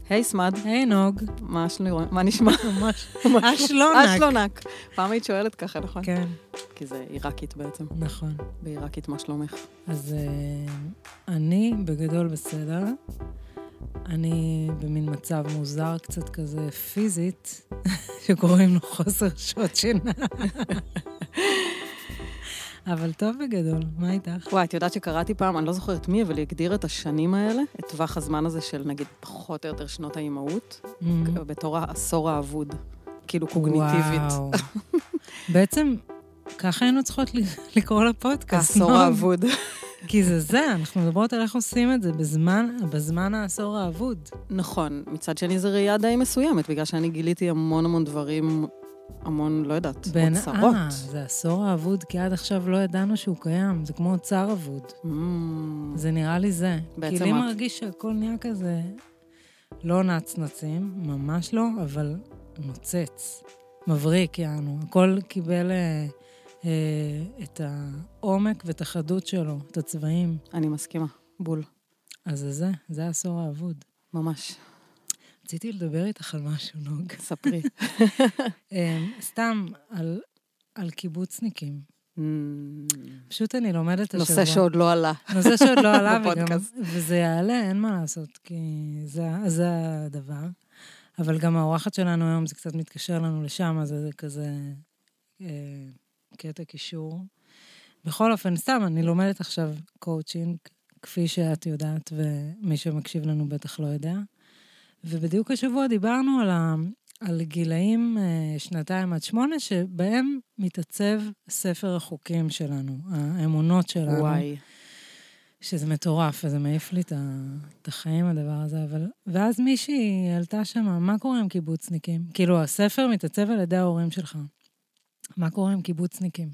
היי סמד. היי נוג. מה נשמע? ממש. אשלונק. אשלונק. פעם היית שואלת ככה, נכון? כן. כי זה עיראקית בעצם. נכון. בעיראקית מה שלומך? אז אני בגדול בסדר. אני במין מצב מוזר קצת כזה פיזית, שקוראים לו חוסר שעות שינה. אבל טוב בגדול, מה איתך? וואי, את יודעת שקראתי פעם, אני לא זוכרת מי, אבל היא הגדיר את השנים האלה, את טווח הזמן הזה של נגיד פחות או יותר שנות האימהות, בתור העשור האבוד, כאילו קוגניטיבית. וואו. בעצם ככה היינו צריכות לקרוא לפודקאסט. העשור האבוד. כי זה, אנחנו מדברות על איך עושים את זה בזמן העשור האבוד. נכון, מצד שני זה ראייה די מסוימת, בגלל שאני גיליתי המון דברים, המון, לא יודעת, אוצרות. זה עשור האבוד, כי עד עכשיו לא ידענו שהוא קיים, זה כמו אוצר אבוד. זה נראה לי זה. כי לי מרגיש שהכל נהיה כזה, לא נצנצים, ממש לא, אבל נוצץ, מבריק יענו. הכל קיבל את העומק ואת החדות שלו, את הצבעים. אני מסכימה, בול. אז זה העשור האבוד. ממש. רציתי לדבר איתך על משהו, נוג. ספרי. סתם, על קיבוצניקים. פשוט אני לומדת השבוע. נושא שעוד לא עלה. נושא שעוד לא עלה, וזה יעלה, אין מה לעשות, כי זה הדבר. אבל גם האורחת שלנו היום, זה קצת מתקשר לנו לשם, אז זה כזה קטע קישור. בכל אופן, סתם, אני לומדת עכשיו קואוצ'ינג, כפי שאת יודעת, ומי שמקשיב לנו בטח לא יודע. ובדיוק השבוע דיברנו על גילאים 2-8, שבהם מתעצב ספר החוקים שלנו, האמונות שלנו. וואי. שזה מטורף, וזה מעיף לי את החיים, הדבר הזה. ואז מישהי העלתה שמה, מה קורה עם קיבוצניקים? כאילו, הספר מתעצב על ידי ההורים שלך. מה קורה עם קיבוצניקים?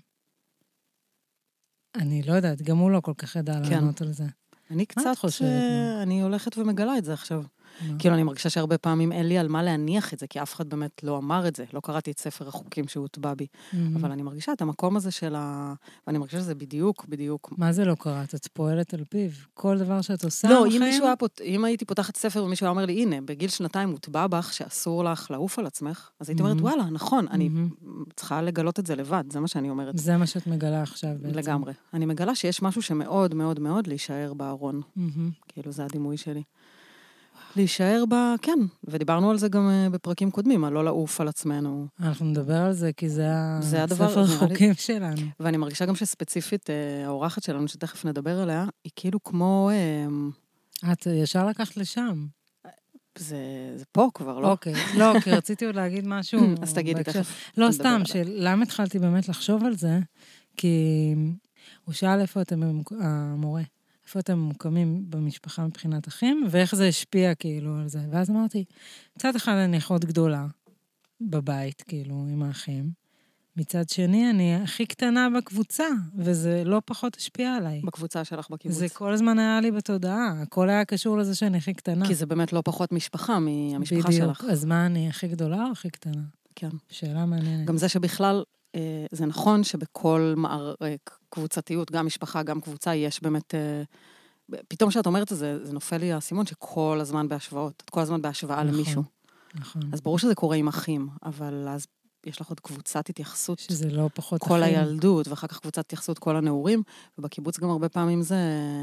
אני לא יודעת, גם הוא לא כל כך ידע לענות על זה. אני קצת אני הולכת ומגלה את זה עכשיו. כאילו, אני מרגישה שהרבה פעמים אין לי על מה להניח את זה, כי אף אחד באמת לא אמר את זה. לא קראתי את ספר החוקים שהוא הוטבע בי. אבל אני מרגישה את המקום הזה ואני מרגישה שזה בדיוק. מה זה לא קראת? את פועלת על פיו. כל דבר שאת עושה לא, אם הייתי פותחת ספר ומישהו אומר לי, הנה, בגיל 2 הוטבע בך שאסור לך לעוף על עצמך, אז הייתי אומרת, וואלה, נכון, אני צריכה לגלות את זה לבד, זה מה שאני אומרת. זה מה שאת מגלה עכשיו בעצם. לגמרי. אני מגלה שיש משהו שמאוד מאוד מאוד להישאר בארון. כאילו, זה הדימוי שלי. להישאר כן, ודיברנו על זה גם בפרקים קודמים, על לא לעוף על עצמנו. אנחנו נדבר על זה, כי זה הספר החוקים שלנו. ואני מרגישה גם שספציפית, האורחת שלנו, שתכף נדבר עליה, היא כאילו כמו... את ישר לקחת לשם. זה פה כבר, לא? אוקיי, לא, כי רציתי עוד להגיד משהו. אז תגידי, תכף. לא, סתם, למה התחלתי באמת לחשוב על זה? כי הוא שאל איפה אתם, המורה, איפה אתם מוקמים במשפחה מבחינת אחים, ואיך זה השפיע כאילו על זה. ואז אמרתי, מצד אחד אני אחות גדולה בבית, כאילו, עם האחים. מצד שני, אני הכי קטנה בקבוצה, וזה לא פחות השפיע עליי. בקבוצה שלך בקיבוץ. זה כל הזמן היה לי בתודעה. הכל היה קשור לזה שאני הכי קטנה. כי זה באמת לא פחות משפחה מהמשפחה שלך. בדיוק. אז מה, אני הכי גדולה או הכי קטנה? כן. שאלה מעניינת. גם זה שבכלל, זה נכון שבכל קבוצתיות, גם משפחה, גם קבוצה, יש באמת... פתאום שאת אומרת את זה, זה נופל לי הסימון שכל הזמן בהשוואות, כל הזמן בהשוואה למישהו. נכון. אז ברור שזה קורה עם אחים, אבל אז יש לך עוד קבוצת התייחסות. שזה לא פחות אחים. כל הילדות, ואחר כך קבוצת התייחסות כל הנעורים, ובקיבוץ גם הרבה פעמים זה...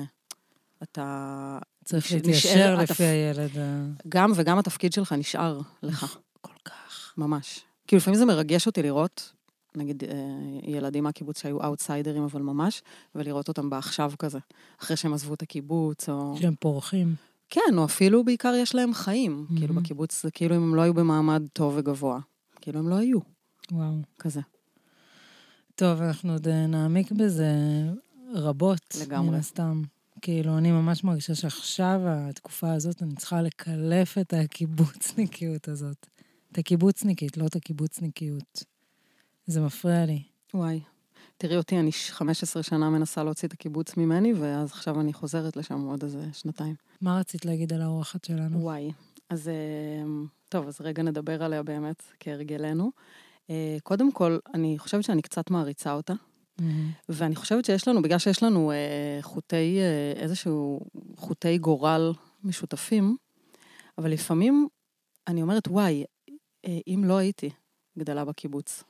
אתה... צריך להתיישר לפי הילד. גם וגם התפקיד שלך נשאר לך. כל כך. ממש. כאילו לפעמים זה מרגש אותי לראות, נגיד ילדים מהקיבוץ שהיו אאוטסיידרים, אבל ממש, ולראות אותם בעכשיו כזה, אחרי שהם עזבו את הקיבוץ, או... שהם פורחים. כן, או אפילו בעיקר יש להם חיים. כאילו בקיבוץ זה כאילו אם הם לא היו במעמד טוב וגבוה. כאילו הם לא היו. וואו. כזה. טוב, אנחנו עוד נעמיק בזה רבות. לגמרי. מן הסתם. כאילו, אני ממש מרגישה שעכשיו, התקופה הזאת, אני צריכה לקלף את הקיבוצניקיות הזאת. את הקיבוצניקית, לא את הקיבוצניקיות. זה מפריע לי. וואי. תראי אותי, אני 15 שנה מנסה להוציא את הקיבוץ ממני, ואז עכשיו אני חוזרת לשם עוד איזה 2. מה רצית להגיד על האורחת שלנו? וואי. אז, טוב, אז רגע נדבר עליה באמת, כהרגלנו. קודם כל, אני חושבת שאני קצת מעריצה אותה, ואני חושבת שיש לנו, בגלל שיש לנו חוטי גורל משותפים, אבל לפעמים אני אומרת, וואי, אם לא הייתי גדלה בקיבוץ.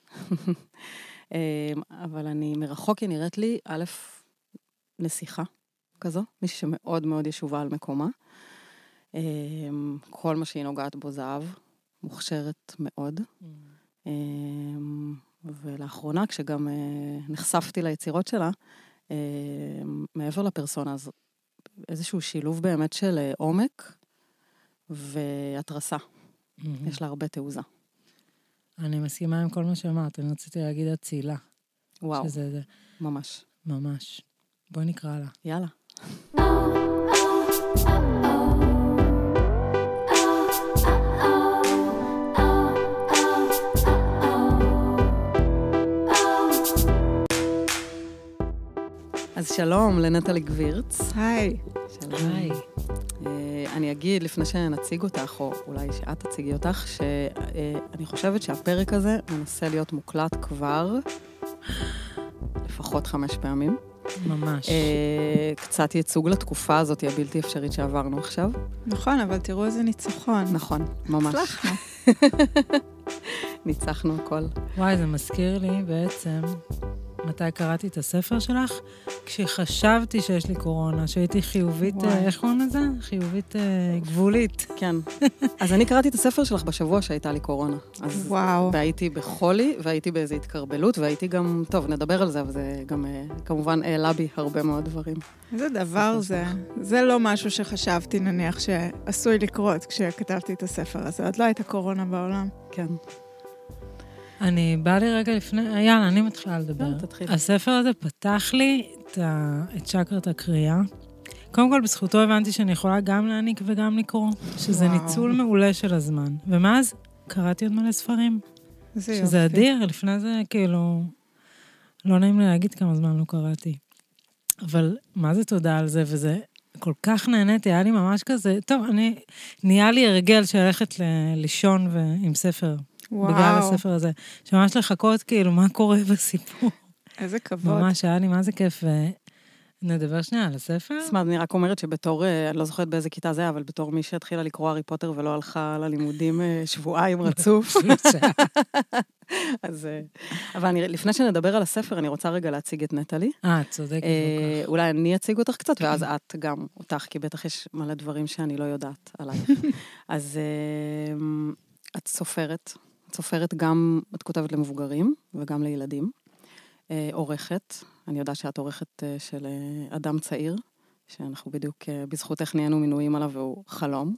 אבל אני מרחוק, היא נראית לי, א', נסיכה כזו, מישהי שמאוד מאוד ישובה על מקומה. כל מה שהיא נוגעת בו זהב, מוכשרת מאוד. ולאחרונה, כשגם נחשפתי ליצירות שלה, מעבר לפרסונה, אז איזשהו שילוב באמת של עומק והתרסה. יש לה הרבה תעוזה. אני מסכימה עם כל מה שאמרת, אני רציתי להגיד הצילה. וואו, שזה זה. ממש. ממש. בואי נקרא לה. יאללה. אז שלום לנטלי גבירץ. היי. שלום. היי. אני אגיד, לפני שנציג אותך, או אולי שאת תציגי אותך, שאני חושבת שהפרק הזה מנסה להיות מוקלט כבר לפחות 5 פעמים. ממש. קצת ייצוג לתקופה הזאת, היא הבלתי אפשרית שעברנו עכשיו. נכון, אבל תראו איזה ניצחון. נכון, ממש. הצלחנו. ניצחנו הכל. וואי, זה מזכיר לי בעצם, מתי קראתי את הספר שלך? כשחשבתי שיש לי קורונה, שהייתי חיובית, איך קוראים לזה? חיובית גבולית. כן. אז אני קראתי את הספר שלך בשבוע שהייתה לי קורונה. אז וואו. והייתי בחולי, והייתי באיזו התקרבלות, והייתי גם, טוב, נדבר על זה, אבל זה גם כמובן העלה בי הרבה מאוד דברים. איזה דבר זה. זה לא משהו שחשבתי, נניח, שעשוי לקרות כשכתבתי את הספר הזה. עוד לא הייתה קורונה בעולם. כן. אני באה לי רגע לפני, יאללה, אני מתחילה לדבר. תתחיל. הספר הזה פתח לי את שקרת הקריאה. קודם כל, בזכותו הבנתי שאני יכולה גם להעניק וגם לקרוא, שזה ניצול מעולה של הזמן. ומאז קראתי עוד מלא ספרים. שזה אדיר, לפני זה כאילו, לא נעים לי להגיד כמה זמן לא קראתי. אבל מה זה תודה על זה, וזה כל כך נהניתי, היה לי ממש כזה, טוב, נהיה לי הרגל שהלכת לישון עם ספר. בגלל הספר הזה, שממש לחכות כאילו מה קורה בסיפור. איזה כבוד. ממש היה לי מה זה כיף, ונדבר שנייה על הספר. זאת אומרת, אני רק אומרת שבתור, אני לא זוכרת באיזה כיתה זה, אבל בתור מי שהתחילה לקרוא הארי פוטר ולא הלכה ללימודים שבועיים רצוף. אז, אבל לפני שנדבר על הספר, אני רוצה רגע להציג את נטלי. צודקת. אולי אני אציג אותך קצת, ואז את גם אותך, כי בטח יש מלא דברים שאני לא יודעת עלייך. אז את סופרת גם, את כותבת למבוגרים וגם לילדים. עורכת, אני יודעת שאת עורכת של אדם צעיר, שאנחנו בדיוק בזכותך נהיינו מינויים עליו והוא חלום.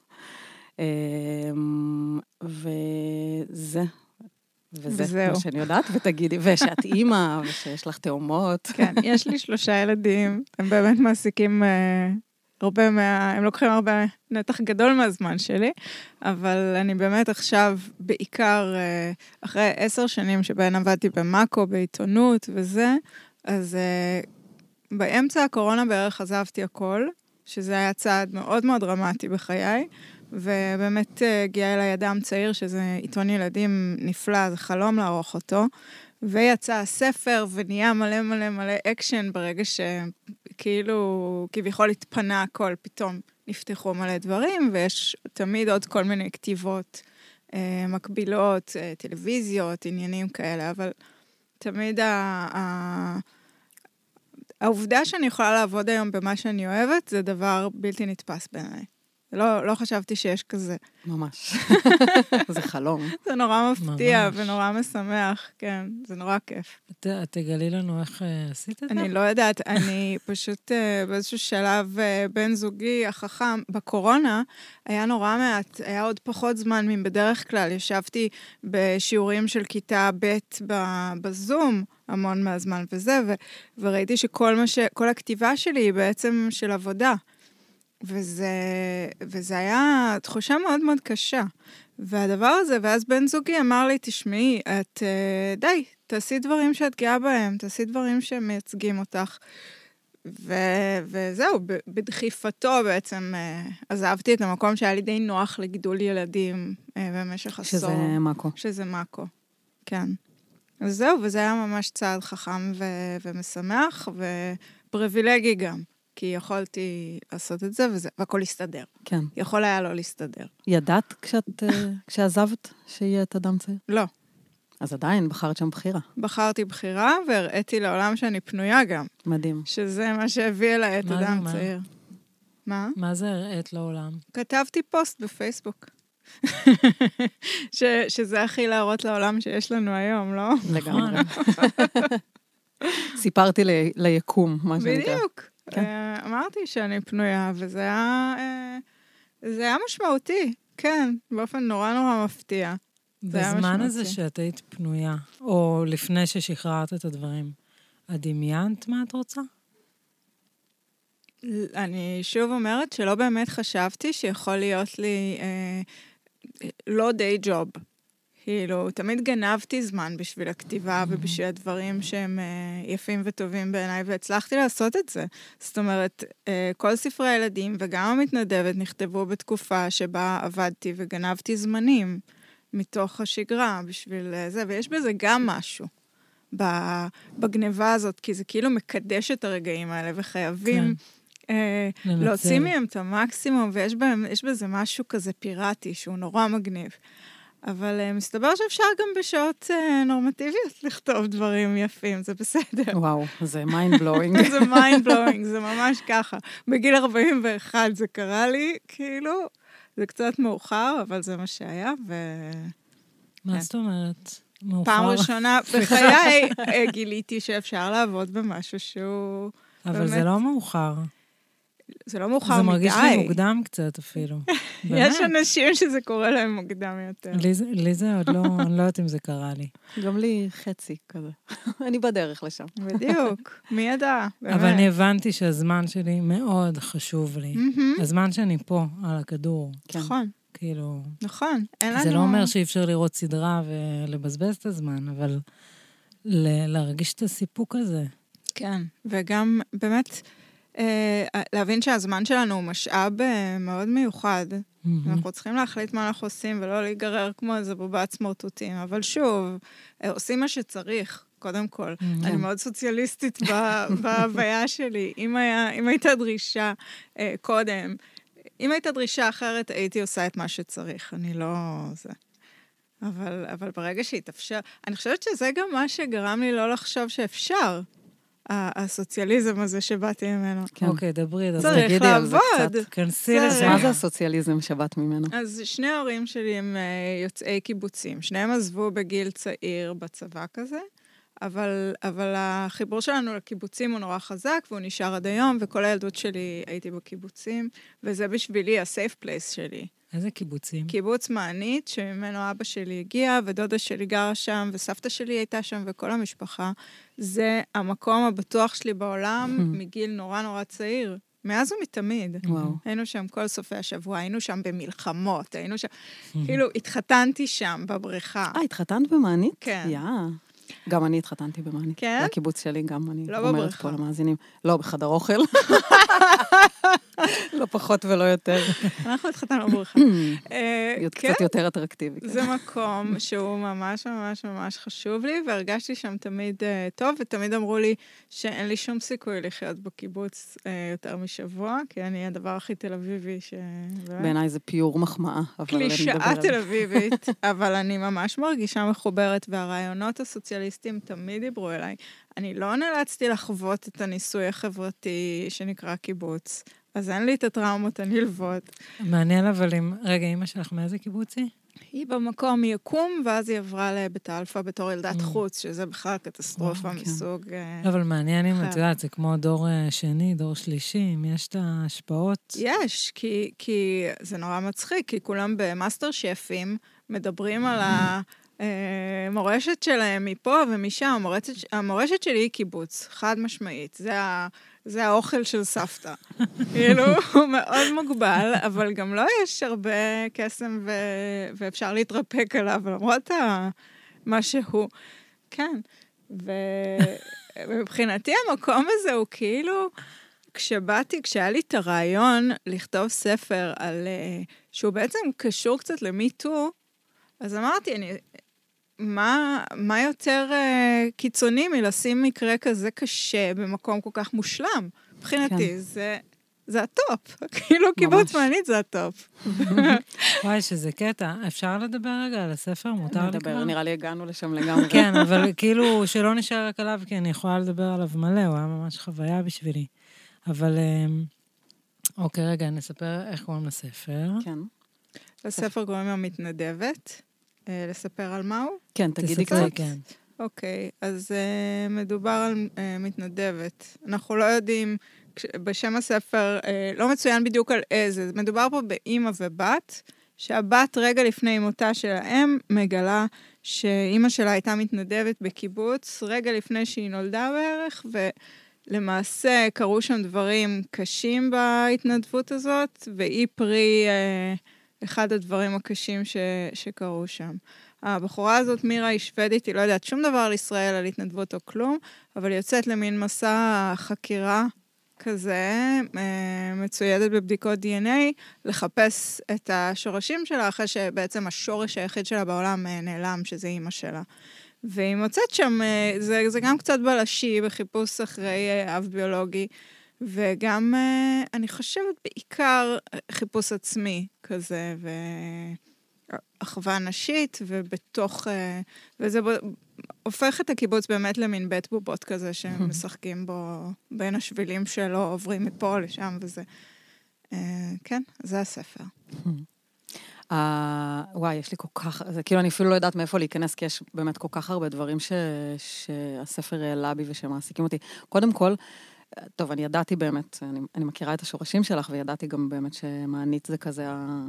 וזה מה שאני יודעת, ותגידי, ושאת אימא, ושיש לך תאומות. כן, יש לי 3 ילדים, הם באמת מעסיקים הם לוקחים הרבה נתח גדול מהזמן שלי, אבל אני באמת עכשיו, בעיקר אחרי 10 שנים שבהן עבדתי במאקו, בעיתונות וזה, אז באמצע הקורונה בערך עזבתי הכל, שזה היה צעד מאוד מאוד דרמטי בחיי, ובאמת הגיע אליי אדם צעיר, שזה עיתון ילדים נפלא, זה חלום לערוך אותו, ויצא הספר ונהיה מלא מלא מלא אקשן ברגע שכאילו כביכול התפנה הכל, פתאום נפתחו מלא דברים, ויש תמיד עוד כל מיני כתיבות מקבילות, טלוויזיות, עניינים כאלה, אבל תמיד העובדה שאני יכולה לעבוד היום במה שאני אוהבת, זה דבר בלתי נתפס בעיניי. לא חשבתי שיש כזה. ממש. זה חלום. זה נורא מפתיע ונורא משמח, כן, זה נורא כיף. תגלי לנו איך עשית את זה? אני לא יודעת, אני פשוט באיזשהו שלב בן זוגי החכם, בקורונה היה נורא מעט, היה עוד פחות זמן מבדרך כלל, ישבתי בשיעורים של כיתה ב' בזום, המון מהזמן וזה, וראיתי כל הכתיבה שלי היא בעצם של עבודה. וזה היה תחושה מאוד מאוד קשה. והדבר הזה, ואז בן זוגי אמר לי, תשמעי, את די, תעשי דברים שאת גאה בהם, תעשי דברים שמייצגים אותך. וזהו, בדחיפתו בעצם עזבתי את המקום שהיה לי די נוח לגידול ילדים במשך עשור. שזה מאקו. שזה מאקו, כן. אז זהו, וזה היה ממש צעד חכם ומשמח, ופריבילגי גם. כי יכולתי לעשות את זה, והכל הסתדר. כן. יכול היה לא להסתדר. ידעת כשעזבת שיהיה את אדם צעיר? לא. אז עדיין בחרת שם בחירה. בחרתי בחירה, והראיתי לעולם שאני פנויה גם. מדהים. שזה מה שהביא אליי את אדם צעיר. מה? מה זה הראית לעולם? כתבתי פוסט בפייסבוק. שזה הכי להראות לעולם שיש לנו היום, לא? לגמרי. סיפרתי ליקום, מה שנקרא. בדיוק. אמרתי שאני פנויה, וזה היה משמעותי, כן, באופן נורא נורא מפתיע. בזמן הזה שאת היית פנויה, או לפני ששחררת את הדברים, את דמיינת מה את רוצה? אני שוב אומרת שלא באמת חשבתי שיכול להיות לי לא די ג'וב. כאילו, תמיד גנבתי זמן בשביל הכתיבה ובשביל הדברים שהם יפים וטובים בעיניי, והצלחתי לעשות את זה. זאת אומרת, כל ספרי הילדים וגם המתנדבת נכתבו בתקופה שבה עבדתי וגנבתי זמנים מתוך השגרה בשביל זה, ויש בזה גם משהו בגניבה הזאת, כי זה כאילו מקדש את הרגעים האלה, וחייבים להוציא מהם את המקסימום, ויש בזה משהו כזה פיראטי, שהוא נורא מגניב. אבל מסתבר שאפשר גם בשעות נורמטיביות לכתוב דברים יפים, זה בסדר. וואו, זה mind blowing. זה mind blowing, זה ממש ככה. בגיל 41 זה קרה לי, כאילו, זה קצת מאוחר, אבל זה מה שהיה, מה זאת אומרת? מאוחר? פעם ראשונה בחיי גיליתי שאפשר לעבוד במשהו שהוא... אבל זה לא מאוחר. זה לא מאוחר מדי. זה מרגיש לי מוקדם קצת אפילו. יש אנשים שזה קורה להם מוקדם יותר. לי זה עוד לא, אני לא יודעת אם זה קרה לי. גם לי חצי כזה. אני בדרך לשם. בדיוק, מי ידע? אבל אני הבנתי שהזמן שלי מאוד חשוב לי. הזמן שאני פה, על הכדור. נכון. כאילו... נכון, אין לנו... זה לא אומר שאי אפשר לראות סדרה ולבזבז את הזמן, אבל להרגיש את הסיפוק הזה. כן, וגם באמת... להבין שהזמן שלנו הוא משאב מאוד מיוחד. אנחנו צריכים להחליט מה אנחנו עושים, ולא להיגרר כמו איזה בובת סמרטוטים. אבל שוב, עושים מה שצריך, קודם כל. אני מאוד סוציאליסטית בהוויה שלי. אם הייתה דרישה קודם, אם הייתה דרישה אחרת, הייתי עושה את מה שצריך. אני לא... אבל ברגע שהתאפשר... אני חושבת שזה גם מה שגרם לי לא לחשוב שאפשר. הסוציאליזם הזה שבאתי ממנו. אוקיי, דברי. צריך לעבוד. כנסי לזה. מה זה הסוציאליזם שבאת ממנו? אז שני ההורים שלי הם יוצאי קיבוצים. שניהם עזבו בגיל צעיר בצבא כזה, אבל החיבור שלנו לקיבוצים הוא נורא חזק, והוא נשאר עד היום, וכל הילדות שלי הייתי בקיבוצים, וזה בשבילי ה-safe place שלי. איזה קיבוצים? קיבוץ מענית, שממנו אבא שלי הגיע, ודודה שלי גרה שם, וסבתא שלי הייתה שם, וכל המשפחה. זה המקום הבטוח שלי בעולם, מגיל נורא נורא צעיר. מאז ומתמיד. היינו שם כל סופי השבוע, היינו שם במלחמות, היינו שם... כאילו, התחתנתי שם, בבריכה. התחתנת במענית? כן. גם אני התחתנתי במענית. כן? לקיבוץ שלי גם, אני לא אומרת בבריכה. פה למאזינים. לא, בחדר אוכל. לא פחות ולא יותר. אנחנו התחתנו בבריכה. קצת יותר אטרקטיבי. זה מקום שהוא ממש ממש ממש חשוב לי, והרגשתי שם תמיד טוב, ותמיד אמרו לי שאין לי שום סיכוי לחיות בקיבוץ יותר משבוע, כי אני הדבר הכי תל אביבי ש... בעיניי זה פיור מחמאה. קלישאה תל אביבית, אבל אני ממש מרגישה מחוברת, והרעיונות הסוציאליסטיים תמיד דיברו אליי. אני לא נאלצתי לחוות את הניסוי החברתי שנקרא קיבוץ, אז אין לי את הטראומות הנלוות. מעניין אבל אם... רגע, אמא שלך מאיזה קיבוצי? היא במקום יקום, ואז היא עברה לבית אלפא בתור ילדת חוץ, שזה בכלל קטסטרופה מסוג... אבל מעניין אם את יודעת, זה כמו דור שני, דור שלישי, אם יש את ההשפעות. יש, כי זה נורא מצחיק, כי כולם במאסטר שפים מדברים על המורשת שלהם מפה ומשם. המורשת שלי היא קיבוץ, חד משמעית. זה האוכל של סבתא. כאילו, הוא מאוד מוגבל, אבל גם לא יש הרבה קסם ואפשר להתרפק עליו, למרות מה שהוא. כן. ומבחינתי המקום הזה הוא כאילו, כשהיה לי את הרעיון לכתוב ספר על, שהוא בעצם קשור קצת למיטו, אז אמרתי, מה יותר קיצוני מלשים מקרה כזה קשה במקום כל כך מושלם, מבחינתי, זה הטופ. כאילו, קיבוץ מענית זה הטופ. וואי, שזה קטע. אפשר לדבר רגע על הספר? מותר לדבר, נראה לי הגענו לשם לגמרי. כן, אבל כאילו, שלא נשאר רק עליו, כי אני יכולה לדבר עליו מלא, הוא היה ממש חוויה בשבילי. אבל, אוקיי, רגע, נספר איך קוראים לספר. כן. לספר קוראים המתנדבת. לספר על מהו? כן, תגידי קצת. כן. אוקיי, אז מדובר על מתנדבת. אנחנו לא יודעים, בשם הספר לא מצוין בדיוק על איזה, מדובר פה באמא ובת, שהבת רגע לפני מותה של האם מגלה שאמא שלה הייתה מתנדבת בקיבוץ, רגע לפני שהיא נולדה בערך, ולמעשה קרו שם דברים קשים בהתנדבות הזאת, והיא פרי אחד הדברים הקשים שקרו שם. הבחורה הזאת, מירה, היא שוודית, היא לא יודעת שום דבר על ישראל, על התנדבות או כלום, אבל היא יוצאת למין מסע חקירה כזה, מצוידת בבדיקות DNA, לחפש את השורשים שלה, אחרי שבעצם השורש היחיד שלה בעולם נעלם, שזה אימא שלה. והיא מוצאת שם, זה גם קצת בלשי, בחיפוש אחרי אב ביולוגי, וגם, אני חושבת, בעיקר חיפוש עצמי כזה, אחווה נשית, ובתוך, וזה הופך את הקיבוץ באמת למין בית בובות כזה, שהם משחקים בו בין השבילים שלו, עוברים מפה לשם, וזה, כן, זה הספר. וואי, יש לי כל כך, זה כאילו אני אפילו לא יודעת מאיפה להיכנס, כי יש באמת כל כך הרבה דברים שהספר העלה בי ושמעסיקים אותי. קודם כל, טוב, אני ידעתי באמת, אני מכירה את השורשים שלך, וידעתי גם באמת שמענית זה כזה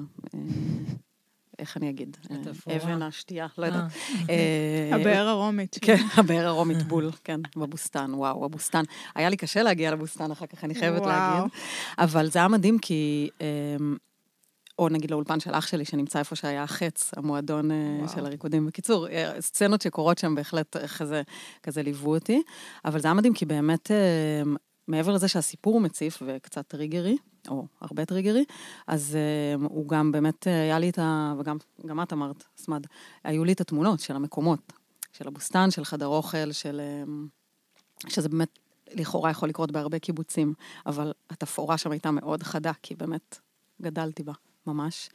איך אני אגיד? אבן השתייה, לא יודעת. הבאר הרומית. כן, הבאר הרומית בול, כן, בבוסתן, וואו, בבוסתן. היה לי קשה להגיע לבוסתן אחר כך, אני חייבת להגיד. אבל זה היה מדהים כי, או נגיד לאולפן של אח שלי, שנמצא איפה שהיה החץ, המועדון של הריקודים. בקיצור, סצנות שקורות שם בהחלט כזה ליוו אותי, אבל זה היה מדהים כי באמת, מעבר לזה שהסיפור הוא מציף וקצת טריגרי, או הרבה טריגרי, אז הוא גם באמת, היה לי את וגם את אמרת, סמד, היו לי את התמונות של המקומות, של הבוסתן, של חדר אוכל, שזה באמת לכאורה יכול לקרות בהרבה קיבוצים, אבל התפאורה שם הייתה מאוד חדה, כי באמת גדלתי בה, ממש.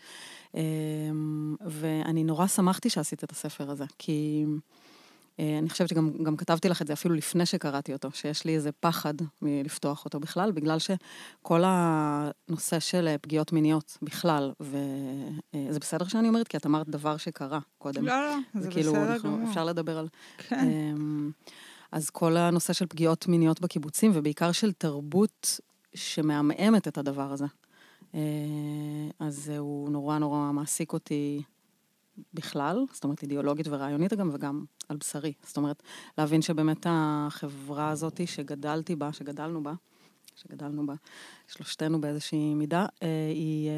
ואני נורא שמחתי שעשית את הספר הזה, כי אני חושבת שגם כתבתי לך את זה אפילו לפני שקראתי אותו, שיש לי איזה פחד מלפתוח אותו בכלל, בגלל שכל הנושא של פגיעות מיניות בכלל, וזה בסדר שאני אומרת, כי את אמרת דבר שקרה קודם. לא, זה בסדר גמור. אפשר לדבר על... כן. אז כל הנושא של פגיעות מיניות בקיבוצים, ובעיקר של תרבות שמעמעמת את הדבר הזה. אז הוא נורא נורא מעסיק אותי בכלל, זאת אומרת, אידיאולוגית ורעיונית גם, וגם על בשרי. זאת אומרת, להבין שבאמת החברה הזאת שגדלנו בה, שלושתנו באיזושהי מידה, היא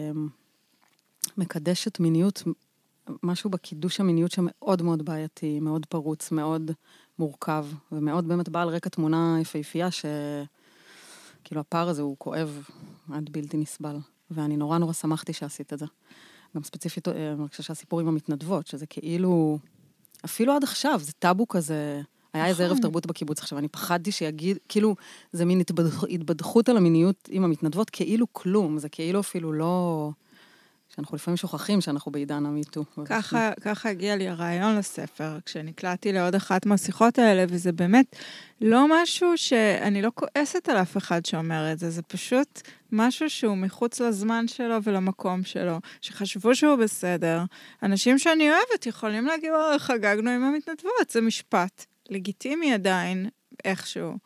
מקדשת מיניות, משהו בקידוש המיניות שמאוד מאוד בעייתי, מאוד פרוץ, מאוד מורכב, ומאוד באמת בא על רקע תמונה יפהפייה, שכאילו הפער הזה הוא כואב עד בלתי נסבל. ואני נורא נורא שמחתי שעשית את זה. גם ספציפית, אני חושבת שהסיפור עם המתנדבות, שזה כאילו, אפילו עד עכשיו, זה טאבו כזה, היה איזה ערב תרבות בקיבוץ עכשיו, אני פחדתי שיגיד, כאילו, זה מין התבדחות על המיניות עם המתנדבות, כאילו כלום, זה כאילו אפילו לא, שאנחנו לפעמים שוכחים שאנחנו בעידן המיטו. ככה הגיע לי הרעיון לספר, כשנקלעתי לעוד אחת מהשיחות האלה, וזה באמת לא משהו שאני לא כועסת על אף אחד שאומר את זה, זה פשוט משהו שהוא מחוץ לזמן שלו ולמקום שלו, שחשבו שהוא בסדר. אנשים שאני אוהבת יכולים להגיד, חגגנו עם המתנדבות, זה משפט לגיטימי עדיין, איכשהו.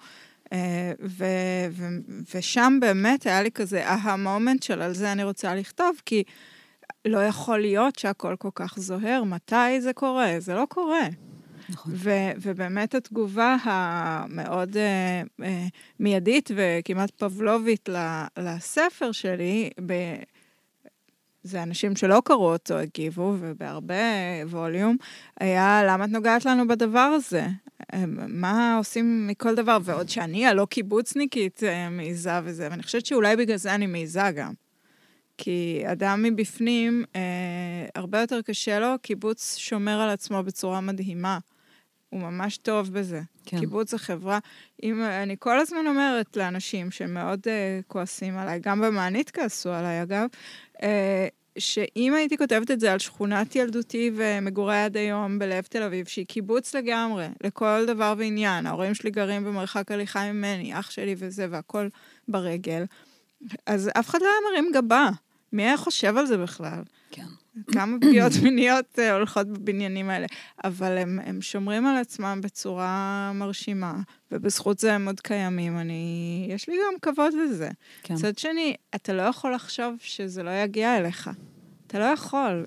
ושם באמת היה לי כזה המומנט של על זה אני רוצה לכתוב, כי לא יכול להיות שהכל כל כך זוהר. מתי זה קורה? זה לא קורה. נכון. ובאמת התגובה המאוד מיידית וכמעט פבלובית לספר שלי, זה אנשים שלא קראו אותו הגיבו, ובהרבה ווליום, היה למה את נוגעת לנו בדבר הזה? מה עושים מכל דבר? ועוד שאני הלא קיבוצניקית מעיזה וזה, ואני חושבת שאולי בגלל זה אני מעיזה גם. כי אדם מבפנים, הרבה יותר קשה לו, קיבוץ שומר על עצמו בצורה מדהימה. הוא ממש טוב בזה. כן. קיבוץ זה חברה. אני כל הזמן אומרת לאנשים שמאוד כועסים עליי, גם במענית כעסו עליי, אגב, שאם הייתי כותבת את זה על שכונת ילדותי ומגורי עד היום בלב תל אביב, שהיא קיבוץ לגמרי, לכל דבר ועניין, ההורים שלי גרים במרחק הליכה ממני, אח שלי וזה, והכל ברגל, אז אף אחד לא היה מרים גבה. מי היה חושב על זה בכלל? כן. כמה פגיעות מיניות הולכות בבניינים האלה, אבל הם שומרים על עצמם בצורה מרשימה, ובזכות זה הם עוד קיימים. יש לי גם כבוד לזה. כן. צד שני, אתה לא יכול לחשוב שזה לא יגיע אליך. אתה לא יכול.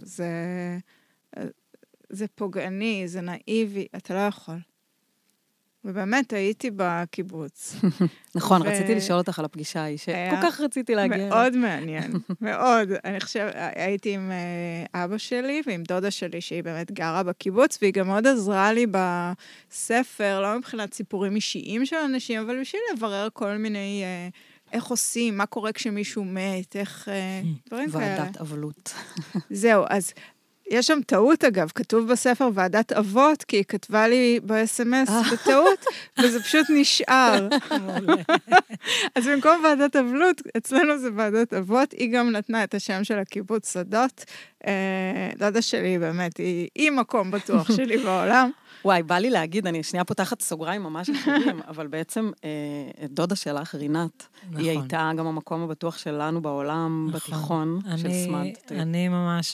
זה פוגעני, זה נאיבי, אתה לא יכול. ובאמת הייתי בקיבוץ. נכון, רציתי לשאול אותך על הפגישה ההיא, שכל כך רציתי להגיע. מאוד מעניין, מאוד. אני חושב, הייתי עם אבא שלי ועם דודה שלי, שהיא באמת גרה בקיבוץ, והיא גם מאוד עזרה לי בספר, לא מבחינת סיפורים אישיים של אנשים, אבל בשביל לברר כל מיני, איך עושים, מה קורה כשמישהו מת, איך, דברים כאלה. ועדת אבלות. זהו, אז יש שם טעות, אגב, כתוב בספר ועדת אבות, כי היא כתבה לי ב-SMS בטעות, וזה פשוט נשאר. אז במקום ועדת אבלות, אצלנו זה ועדת אבות, היא גם נתנה את השם של הקיבוץ שדות. דודה שלי באמת, היא מקום בטוח שלי בעולם. וואי, בא לי להגיד, אני שנייה פותחת סוגריים ממש אחרים, אבל בעצם דודה שלך, רינת, היא הייתה גם המקום הבטוח שלנו בעולם, בתיכון של סמד. אני ממש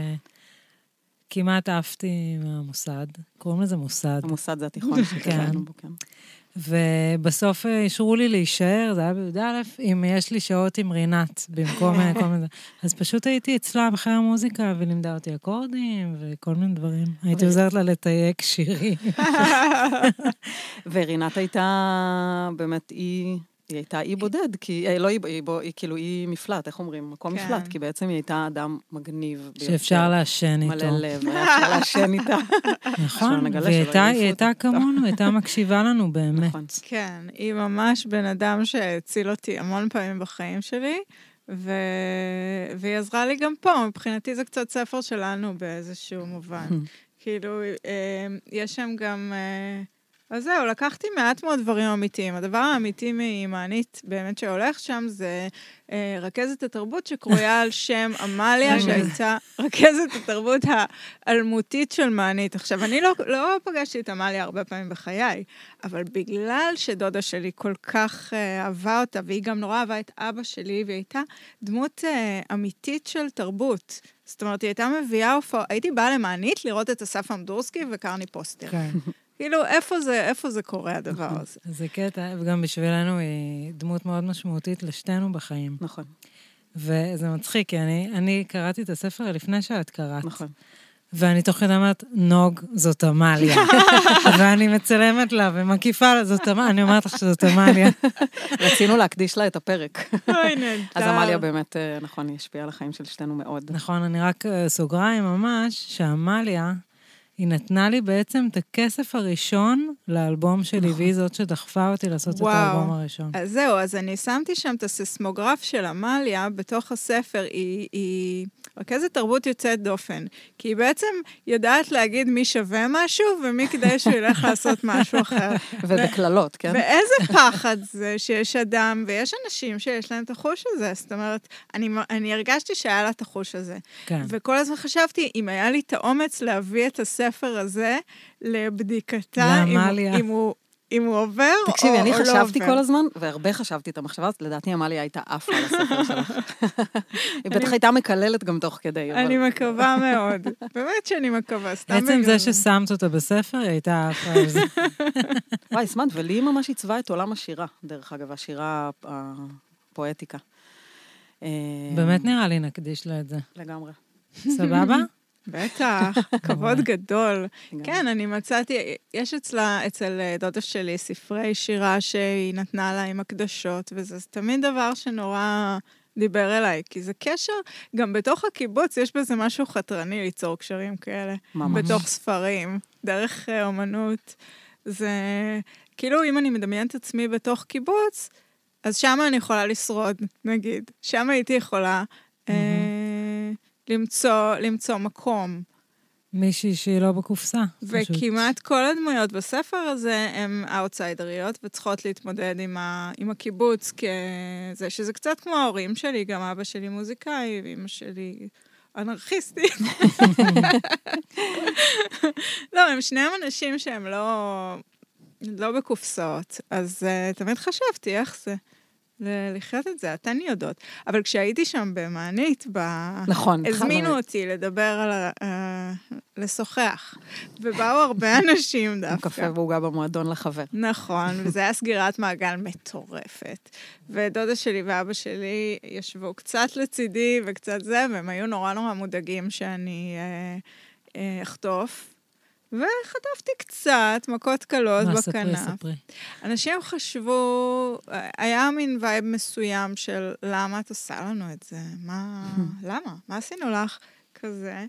כמעט עפתי מהמוסד, קוראים לזה מוסד. המוסד זה התיכון שקראנו בו, כן. ובסוף אישרו לי להישאר, זה היה בי"א, אם יש לי שעות עם רינת, במקום כל מיני... אז פשוט הייתי אצלה בחיי המוזיקה, ולימדה אותי אקורדים, וכל מיני דברים. הייתי עוזרת לה לתייק שירים. ורינת הייתה, באמת, היא הייתה אי בודד, כי, לא היא כאילו אי מפלט, איך אומרים? מקום מפלט, כי בעצם היא הייתה אדם מגניב. שאפשר לעשן איתו. מלא לב, אפשר לעשן איתה. נכון, והיא הייתה כמונו, היא הייתה מקשיבה לנו באמת. כן, היא ממש בן אדם שהציל אותי המון פעמים בחיים שלי, והיא עזרה לי גם פה, מבחינתי זה קצת ספר שלנו באיזשהו מובן. כאילו, יש שם גם... אז זהו, לקחתי מעט מאוד דברים אמיתיים. הדבר האמיתי ממענית באמת שהולך שם זה רכזת התרבות שקרויה על שם אמליה, שהייתה רכזת התרבות האלמותית של מענית. עכשיו, אני לא פגשתי את אמליה הרבה פעמים בחיי, אבל בגלל שדודה שלי כל כך אהבה אותה, והיא גם נורא אהבה את אבא שלי, והיא הייתה דמות אמיתית של תרבות. זאת אומרת, היא הייתה מביאה הייתי באה למענית לראות את אסף אמדורסקי וקרני פוסטר. כן. כאילו, איפה זה קורה, הדבר הזה? זה קטע, וגם בשבילנו היא דמות מאוד משמעותית לשתינו בחיים. נכון. וזה מצחיק, כי אני קראתי את הספר לפני שאת קראת. נכון. ואני תוך כדי אומרת, נוג, זאת אמליה. ואני מצלמת לה ומקיפה לה, זאת אמליה, אני אומרת לך שזאת אמליה. רצינו להקדיש לה את הפרק. אוי, נהדר. אז אמליה באמת, נכון, היא השפיעה על החיים של שתינו מאוד. נכון, אני רק סוגריים ממש, שאמליה... היא נתנה לי בעצם את הכסף הראשון לאלבום שלי, והיא זאת שדחפה אותי לעשות את האלבום הראשון. אז זהו, אז אני שמתי שם את הסיסמוגרף של אמליה בתוך הספר, היא רכזת תרבות יוצאת דופן, כי היא בעצם יודעת להגיד מי שווה משהו, ומי כדאי שהוא ילך לעשות משהו אחר. ובכללות, כן? ואיזה פחד זה שיש אדם, ויש אנשים שיש להם את החוש הזה, זאת אומרת, אני הרגשתי שהיה לה את החוש הזה. כן. וכל הזמן חשבתי, אם היה לי את האומץ להביא את הספר הזה לבדיקתה, אם הוא עובר או לא עובר. תקשיבי, אני חשבתי כל הזמן, והרבה חשבתי את המחשבה הזאת, לדעתי אמליה הייתה עפה על הספר שלך. היא בטח הייתה מקללת גם תוך כדי. אני מקווה מאוד. באמת שאני מקווה. עצם זה ששמת אותה בספר, היא הייתה עפה על זה. וואי, סמד, ולי ממש עיצבה את עולם השירה, דרך אגב, השירה הפואטיקה. באמת נראה לי נקדיש לה את זה. לגמרי. סבבה? בטח, כבוד גדול. כן, אני מצאתי, יש אצל דודה שלי ספרי שירה שהיא נתנה לה עם הקדשות, וזה תמיד דבר שנורא דיבר אליי, כי זה קשר, גם בתוך הקיבוץ יש בזה משהו חתרני ליצור קשרים כאלה. ממש. בתוך ספרים, דרך אומנות. זה, כאילו אם אני מדמיינת עצמי בתוך קיבוץ, אז שם אני יכולה לשרוד, נגיד. שם הייתי יכולה למצוא מקום. מישהי שהיא לא בקופסה. וכמעט כל הדמויות בספר הזה הן האוטסיידריות, וצריכות להתמודד עם הקיבוץ, כזה, שזה קצת כמו ההורים שלי, גם אבא שלי מוזיקאי, ואמא שלי אנרכיסטית. לא, הם שניהם אנשים שהם לא בקופסאות, אז תמיד חשבתי איך זה. לחיות את זה, אתן יודעות. אבל כשהייתי שם במענית, נכון, הזמינו אותי לדבר לשוחח. ובאו הרבה אנשים דווקא. קפה ועוגה במועדון לחבר. נכון, וזה היה סגירת מעגל מטורפת. ודודה שלי ואבא שלי ישבו קצת לצידי וקצת זה, והם היו נורא נורא מודאגים שאני אחטוף. וחטפתי קצת, מכות קלות בכנף. ספרי. אנשים חשבו, היה מין וייב מסוים של למה את עושה לנו את זה? למה? מה עשינו לך? כזה.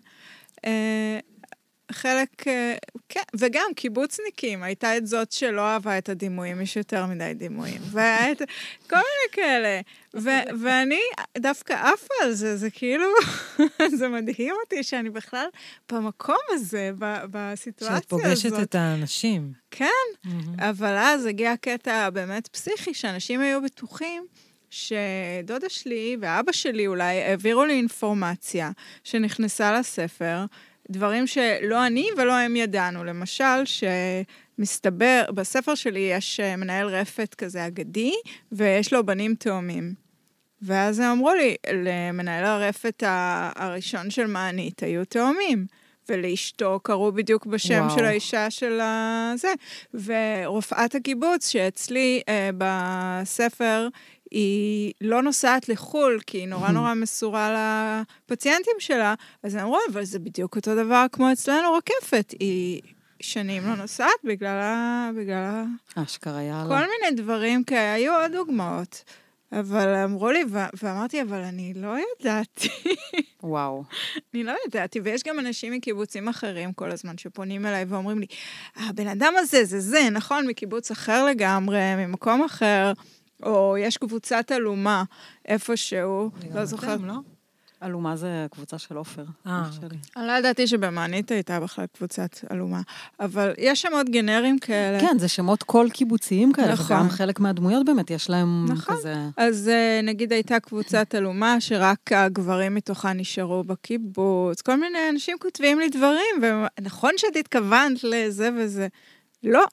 חלק, כן, וגם קיבוצניקים, הייתה את זאת שלא אהבה את הדימויים, יש יותר מדי דימויים, כל מיני כאלה. ואני דווקא עפה על זה, זה כאילו, זה מדהים אותי שאני בכלל במקום הזה, בסיטואציה הזאת. שאת פוגשת את האנשים. כן, אבל אז הגיע קטע באמת פסיכי, שאנשים היו בטוחים, שדודה שלי ואבא שלי אולי העבירו לי אינפורמציה שנכנסה לספר, דברים שלא אני ולא הם ידענו. למשל, שמסתבר, בספר שלי יש מנהל רפת כזה אגדי, ויש לו בנים תאומים. ואז הם אמרו לי, למנהל הרפת הראשון של מענית היו תאומים, ולאשתו קראו בדיוק בשם של האישה של זה. ורופאת הקיבוץ שאצלי בספר, היא לא נוסעת לחול, כי היא נורא נורא מסורה לפציינטים שלה, אז הם אמרו, אבל זה בדיוק אותו דבר כמו אצלנו רקפת. היא שנים לא נוסעת בגלל אשכרה, כל מיני דברים כאלה, היו עוד דוגמאות. אבל אמרו לי, ואמרתי, אבל אני לא ידעתי. וואו. אני לא ידעתי, ויש גם אנשים מקיבוצים אחרים כל הזמן שפונים אליי ואומרים לי, הבן אדם הזה, זה, נכון, מקיבוץ אחר לגמרי, ממקום אחר, או יש קבוצת אלומה איפשהו, לא זוכר. לא? אלומה זה קבוצה של אופר. אוקיי. אני לא ידעתי שבמענית הייתה בכלל קבוצת אלומה, אבל יש שמות גנריים כאלה. כן, זה שמות כל קיבוציים כאלה, נכון. וגם חלק מהדמויות באמת יש להם נכון. כזה... אז נגיד הייתה קבוצת אלומה, שרק הגברים מתוכה נשארו בקיבוץ, כל מיני אנשים כותבים לי דברים, ונכון שאת התכוונת לזה וזה. לא.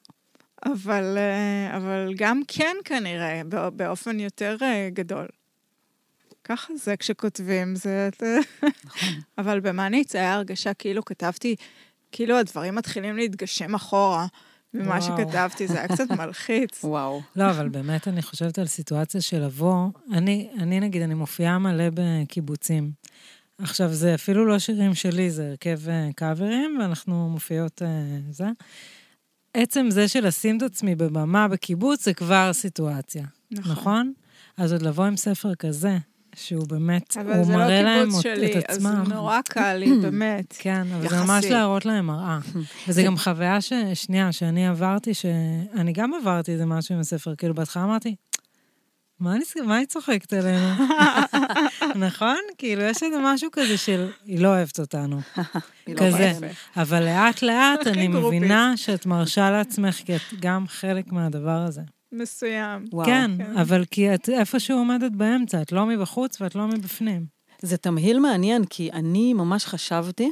אבל גם כן כנראה, באופן יותר גדול. ככה זה כשכותבים, זה... נכון. אבל במענית זה היה הרגשה כאילו כתבתי, כאילו הדברים מתחילים להתגשם אחורה, ממה שכתבתי, זה היה קצת מלחיץ. וואו. לא, אבל באמת אני חושבת על סיטואציה של לבוא, אני נגיד, אני מופיעה מלא בקיבוצים. עכשיו, זה אפילו לא שירים שלי, זה הרכב קאברים, ואנחנו מופיעות זה. עצם זה של לשים את עצמי בבמה בקיבוץ, זה כבר סיטואציה. נכון? אז עוד לבוא עם ספר כזה, שהוא באמת, הוא מראה להם את עצמם. אבל זה לא קיבוץ שלי, אז זה נורא קל לי, באמת. כן, אבל זה ממש להראות להם מראה. וזה גם חוויה שנייה, שאני עברתי, שאני גם עברתי איזה משהו עם הספר, כאילו בהתחלה אמרתי, מה היא צוחקת עלינו? נכון? כאילו, יש איזה משהו כזה של, היא לא אוהבת אותנו. כזה. אבל לאט לאט אני מבינה שאת מרשה לעצמך, כי את גם חלק מהדבר הזה. מסוים. כן, אבל כי את איפשהו עומדת באמצע, את לא מבחוץ ואת לא מבפנים. זה תמהיל מעניין, כי אני ממש חשבתי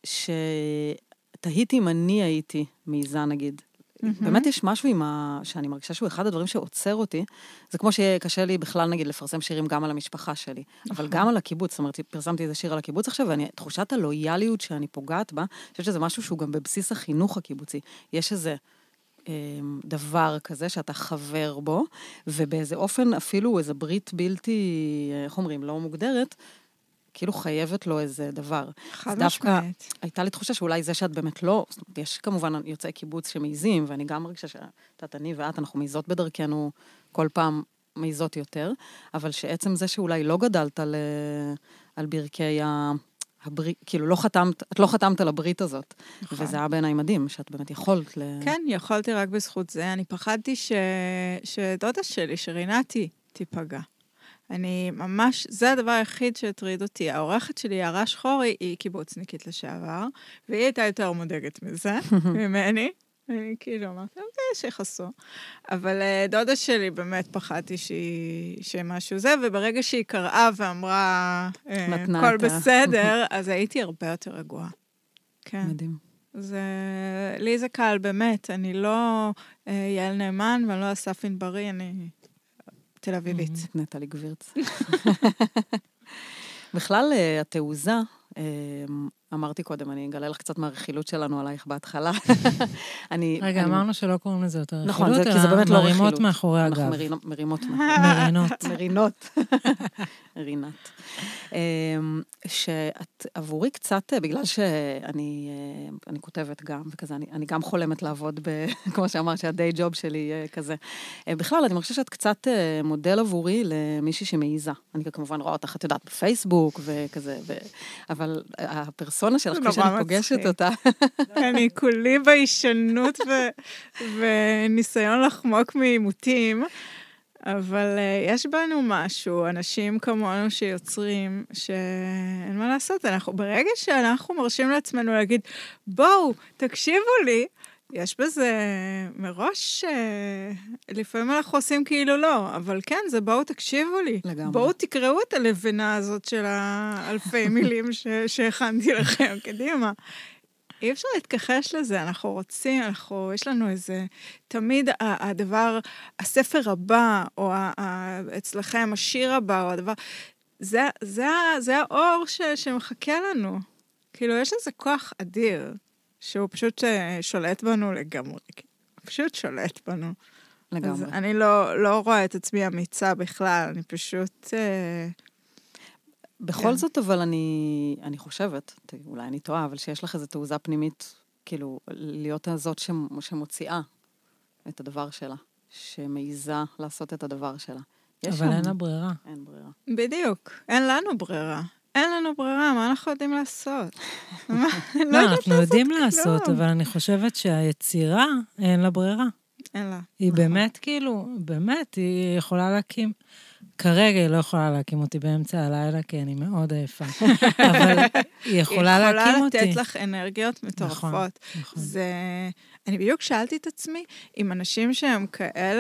שתהיתי אם אני הייתי מעיזה, נגיד. באמת יש משהו שאני מרגישה שהוא אחד הדברים שעוצר אותי, זה כמו שקשה לי בכלל, נגיד, לפרסם שירים גם על המשפחה שלי, אבל גם על הקיבוץ, זאת אומרת, פרסמתי איזה שיר על הקיבוץ עכשיו, ותחושת הלויאליות שאני פוגעת בה, אני חושבת שזה משהו שהוא גם בבסיס החינוך הקיבוצי. יש איזה דבר כזה שאתה חבר בו, ובאיזה אופן אפילו איזה ברית בלתי, איך אומרים, לא מוגדרת, כאילו חייבת לו איזה דבר. חד משמעית. הייתה לי תחושה שאולי זה שאת באמת לא, זאת אומרת, יש כמובן יוצאי קיבוץ שמעיזים, ואני גם מרגישה שאת אני ואת, אנחנו מעיזות בדרכנו כל פעם מעיזות יותר, אבל שעצם זה שאולי לא גדלת על ברכי כאילו את לא חתמת על הברית הזאת, וזה היה בעיניי מדהים, שאת באמת יכולת כן, יכולתי רק בזכות זה. אני פחדתי שדודה שלי, שרינתי, תיפגע. אני ממש, זה הדבר היחיד שהטריד אותי. העורכת שלי, יערה שחורי, היא קיבוצניקית לשעבר, והיא הייתה יותר מודאגת מזה, ממני. אני כאילו אמרתי, שיחסו. אבל דודה שלי באמת פחדתי שמשהו זה, וברגע שהיא קראה ואמרה, הכל בסדר, אז הייתי הרבה יותר רגועה. כן. מדהים. לי זה קל, באמת. אני לא יעל נאמן, ואני לא אסף ענברי, אני תל אביבית. נטלי גבירץ. בכלל, התעוזה, אמרתי קודם, אני אגלה לך קצת מהרכילות שלנו עלייך בהתחלה. רגע, אמרנו שלא קוראים לזה יותר רכילות, נכון, כי זה באמת לא רכילות. מרימות מאחורי הגב. אנחנו מרימות. מרינות. רינת. שאת עבורי קצת, בגלל שאני כותבת גם, וכזה, אני גם חולמת לעבוד, כמו שאמרת, שהדיי ג'וב שלי יהיה כזה. בכלל, אני חושבת שאת קצת מודל עבורי למישהי שמעיזה. אני כמובן רואה אותך, את יודעת, בפייסבוק וכזה, אבל הפרסונה שלך, כפי שאני פוגשת אותה. אני כולי בישנות וניסיון לחמוק מעימותים, אבל יש בנו משהו, אנשים כמונו שיוצרים, שאין מה לעשות, ברגע שאנחנו מרשים לעצמנו להגיד, בואו, תקשיבו לי, יש בזה מראש, לפעמים אנחנו עושים כאילו לא, אבל כן, זה בואו תקשיבו לי. לגמרי. בואו תקראו את הלבנה הזאת של האלפי מילים שהכנתי לכם, קדימה. אי אפשר להתכחש לזה, אנחנו רוצים, יש לנו איזה, תמיד הדבר, הספר הבא, או אצלכם השיר הבא, או הדבר, זה האור שמחכה לנו. כאילו, יש לזה כוח אדיר, שהוא פשוט שולט בנו לגמרי. פשוט שולט בנו. לגמרי. אז אני לא רואה את עצמי אמיצה בכלל, אני פשוט... בכל זאת, אבל אני חושבת, אולי אני טועה, אבל שיש לך איזו תעוזה פנימית, כאילו, להיות הזאת שמוציאה את הדבר שלה, שמעיזה לעשות את הדבר שלה. אבל אין לה ברירה. אין ברירה. בדיוק, אין לנו ברירה. אין לנו ברירה, מה אנחנו יודעים לעשות? לא, אנחנו יודעים לעשות, אבל אני חושבת שהיצירה, אין לה ברירה. אין לה. היא באמת, כאילו, באמת, היא יכולה להקים... כרגע היא לא יכולה להקים אותי באמצע הלילה, כי אני מאוד עייפה. אבל היא יכולה להקים אותי. היא יכולה לתת לך אנרגיות מטורפות. נכון. אני בדיוק שאלתי את עצמי, אם אנשים שהם כאלה,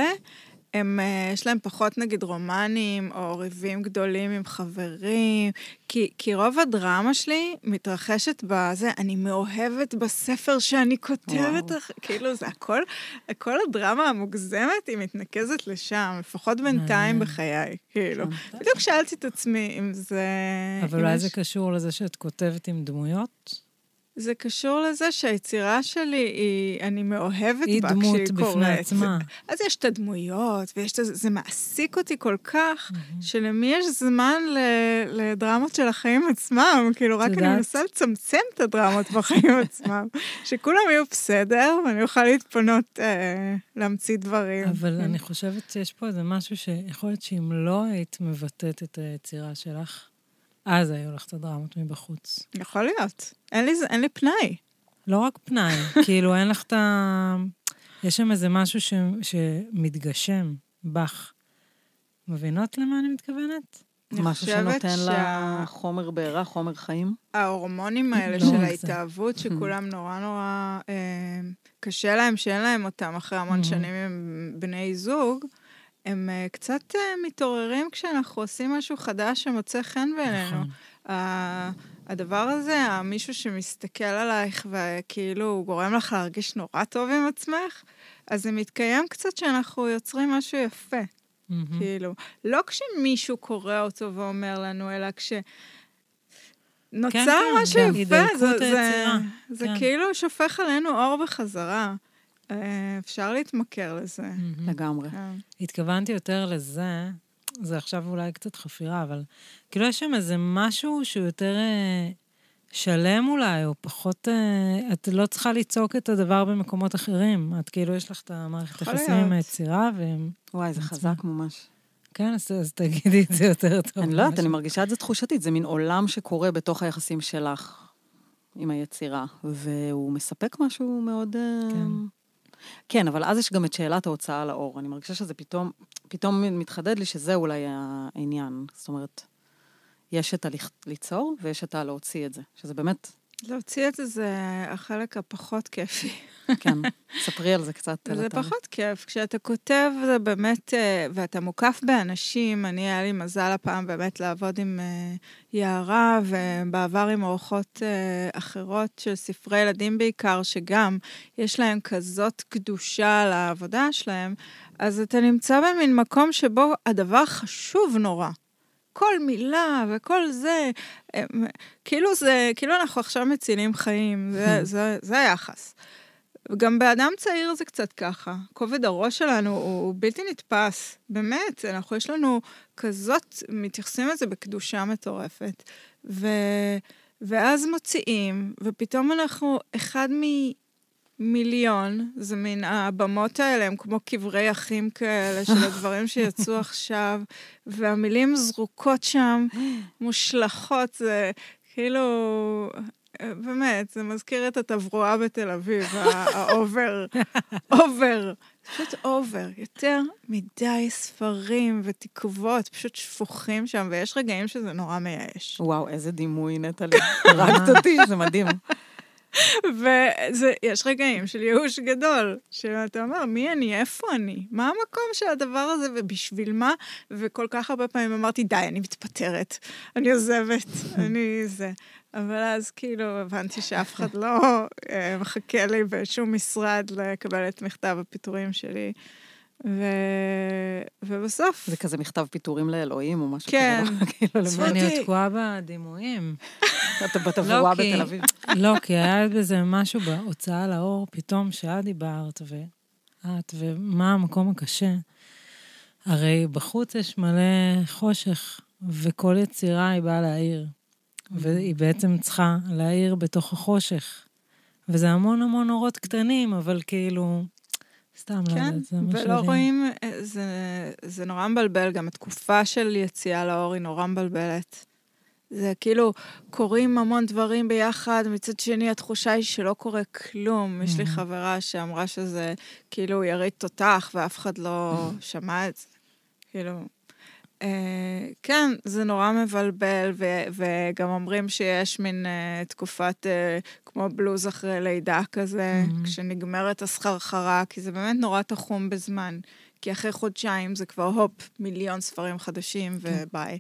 יש להם פחות נגיד רומנים, או ריבים גדולים עם חברים, כי רוב הדרמה שלי מתרחשת בזה, אני מאוהבת בספר שאני כותבת, כאילו זה כל הדרמה המוגזמת היא מתנקזת לשם, לפחות בינתיים בחיי, כאילו. בדיוק שאלתי את עצמי אם זה... אבל אולי זה קשור לזה שאת כותבת עם דמויות? זה קשור לזה שהיצירה שלי, אני מאוהבת בה כשהיא קוראת. היא דמות בפני עצמה. אז יש את הדמויות, זה מעסיק אותי כל כך, שלמי יש זמן לדרמות של החיים עצמם, כאילו רק אני מנסה לצמצם את הדרמות בחיים עצמם, שכולם יהיו בסדר, ואני אוכל להתפנות להמציא דברים. אבל אני חושבת שיש פה איזה משהו שיכול להיות שאם לא היית מבטאת את היצירה שלך, אז היו לך את הדרמות מבחוץ. יכול להיות. אין לי פנאי. לא רק פנאי, כאילו אין לך את ה... יש שם איזה משהו שמתגשם בך. מבינות למה אני מתכוונת? משהו שנותן לה חומר בעירה, חומר חיים? ההורמונים האלה של ההתאהבות, שכולם נורא נורא קשה להם, שאין להם אותם אחרי המון שנים עם בני זוג, הם קצת מתעוררים כשאנחנו עושים משהו חדש שמוצא חן בעינינו. הדבר הזה, מישהו שמסתכל עלייך וכאילו הוא גורם לך להרגיש נורא טוב עם עצמך, אז זה מתקיים קצת שאנחנו יוצרים משהו יפה. כאילו, לא כשמישהו קורא אותו ואומר לנו, אלא נוצר משהו יפה, זה כאילו שופך עלינו אור בחזרה. אפשר להתמכר לזה. לגמרי. התכוונתי יותר לזה, זה עכשיו אולי קצת חפירה, אבל כאילו יש שם איזה משהו שהוא יותר שלם אולי, או פחות, את לא צריכה ליצוק את הדבר במקומות אחרים. את כאילו יש לך את המערכת יחסים עם היצירה, וואי, זה חזק ממש. כן, אז תגידי את זה יותר טוב. אני לא יודעת, אני מרגישה את זה תחושתית, זה מין עולם שקורה בתוך היחסים שלך עם היצירה, והוא מספק משהו מאוד... כן, אבל אז יש גם את שאלת ההוצאה לאור. אני מרגישה שזה פתאום מתחדד לי שזה אולי העניין. זאת אומרת, יש את הליצור ויש את להוציא את זה, שזה באמת... להוציא את זה זה החלק הפחות כיפי. כן, ספרי על זה קצת. זה פחות כיף. כשאתה כותב זה באמת, ואתה מוקף באנשים, היה לי מזל הפעם באמת לעבוד עם יערה, ובעבר עם אורחות אחרות של ספרי ילדים בעיקר, שגם יש להם כזאת קדושה על העבודה שלהם, אז אתה נמצא במין מקום שבו הדבר חשוב נורא. כל מילה וכל זה, כאילו אנחנו עכשיו מצילים חיים, זה היחס. וגם באדם צעיר זה קצת ככה. כובד הראש שלנו הוא בלתי נתפס. באמת, יש לנו כזאת, מתייחסים לזה בקדושה מטורפת. ואז מוציאים, ופתאום אנחנו אחד מיליון, זה מין הבמות האלה, הם כמו קברי אחים כאלה, של הדברים שיצאו עכשיו, והמילים זרוקות שם, מושלחות, זה כאילו, באמת, זה מזכיר את התברואה בתל אביב, האובר, פשוט אובר, יותר מדי ספרים ותקוות, פשוט שפוכים שם, ויש רגעים שזה נורא מייאש. וואו, איזה דימוי נטלי, הרגת אותי, זה מדהים. ויש רגעים של ייאוש גדול, שאתה אומר, מי אני, איפה אני? מה המקום של הדבר הזה, ובשביל מה? וכל כך הרבה פעמים אמרתי, די, אני מתפטרת, אני עוזבת, אני זה. אבל אז כאילו הבנתי שאף אחד לא מחכה לי בשום משרד לקבל את מכתב הפיטורים שלי. ובסוף... זה כזה מכתב פיטורים לאלוהים או משהו כן. כזה. אני עוד תקועה בדימויים. אתה בתברואה בתל אביב. לא, כי היה בזה משהו בהוצאה לאור, פתאום שאת דיברת ואת, ומה המקום הקשה. הרי בחוץ יש מלא חושך, וכל יצירה היא באה להעיר. והיא בעצם צריכה להעיר בתוך החושך. וזה המון המון אורות קטנים, אבל כאילו... סתם לא יודעת, זה מה ולא רואים, זה נורא מבלבל, גם התקופה של יציאה לאור היא נורא מבלבלת. זה כאילו, קוראים המון דברים ביחד, מצד שני התחושה היא שלא קורה כלום. יש לי חברה שאמרה שזה כאילו ירית תותח, ואף אחד לא שמע את זה. כאילו, כן, זה נורא מבלבל, וגם אומרים שיש מין תקופת כמו בלוז אחרי לידה כזה, כשנגמרת הסחרחרה, כי זה באמת נורא תחום בזמן, כי אחרי חודשיים זה כבר הופ, מיליון ספרים חדשים וביי.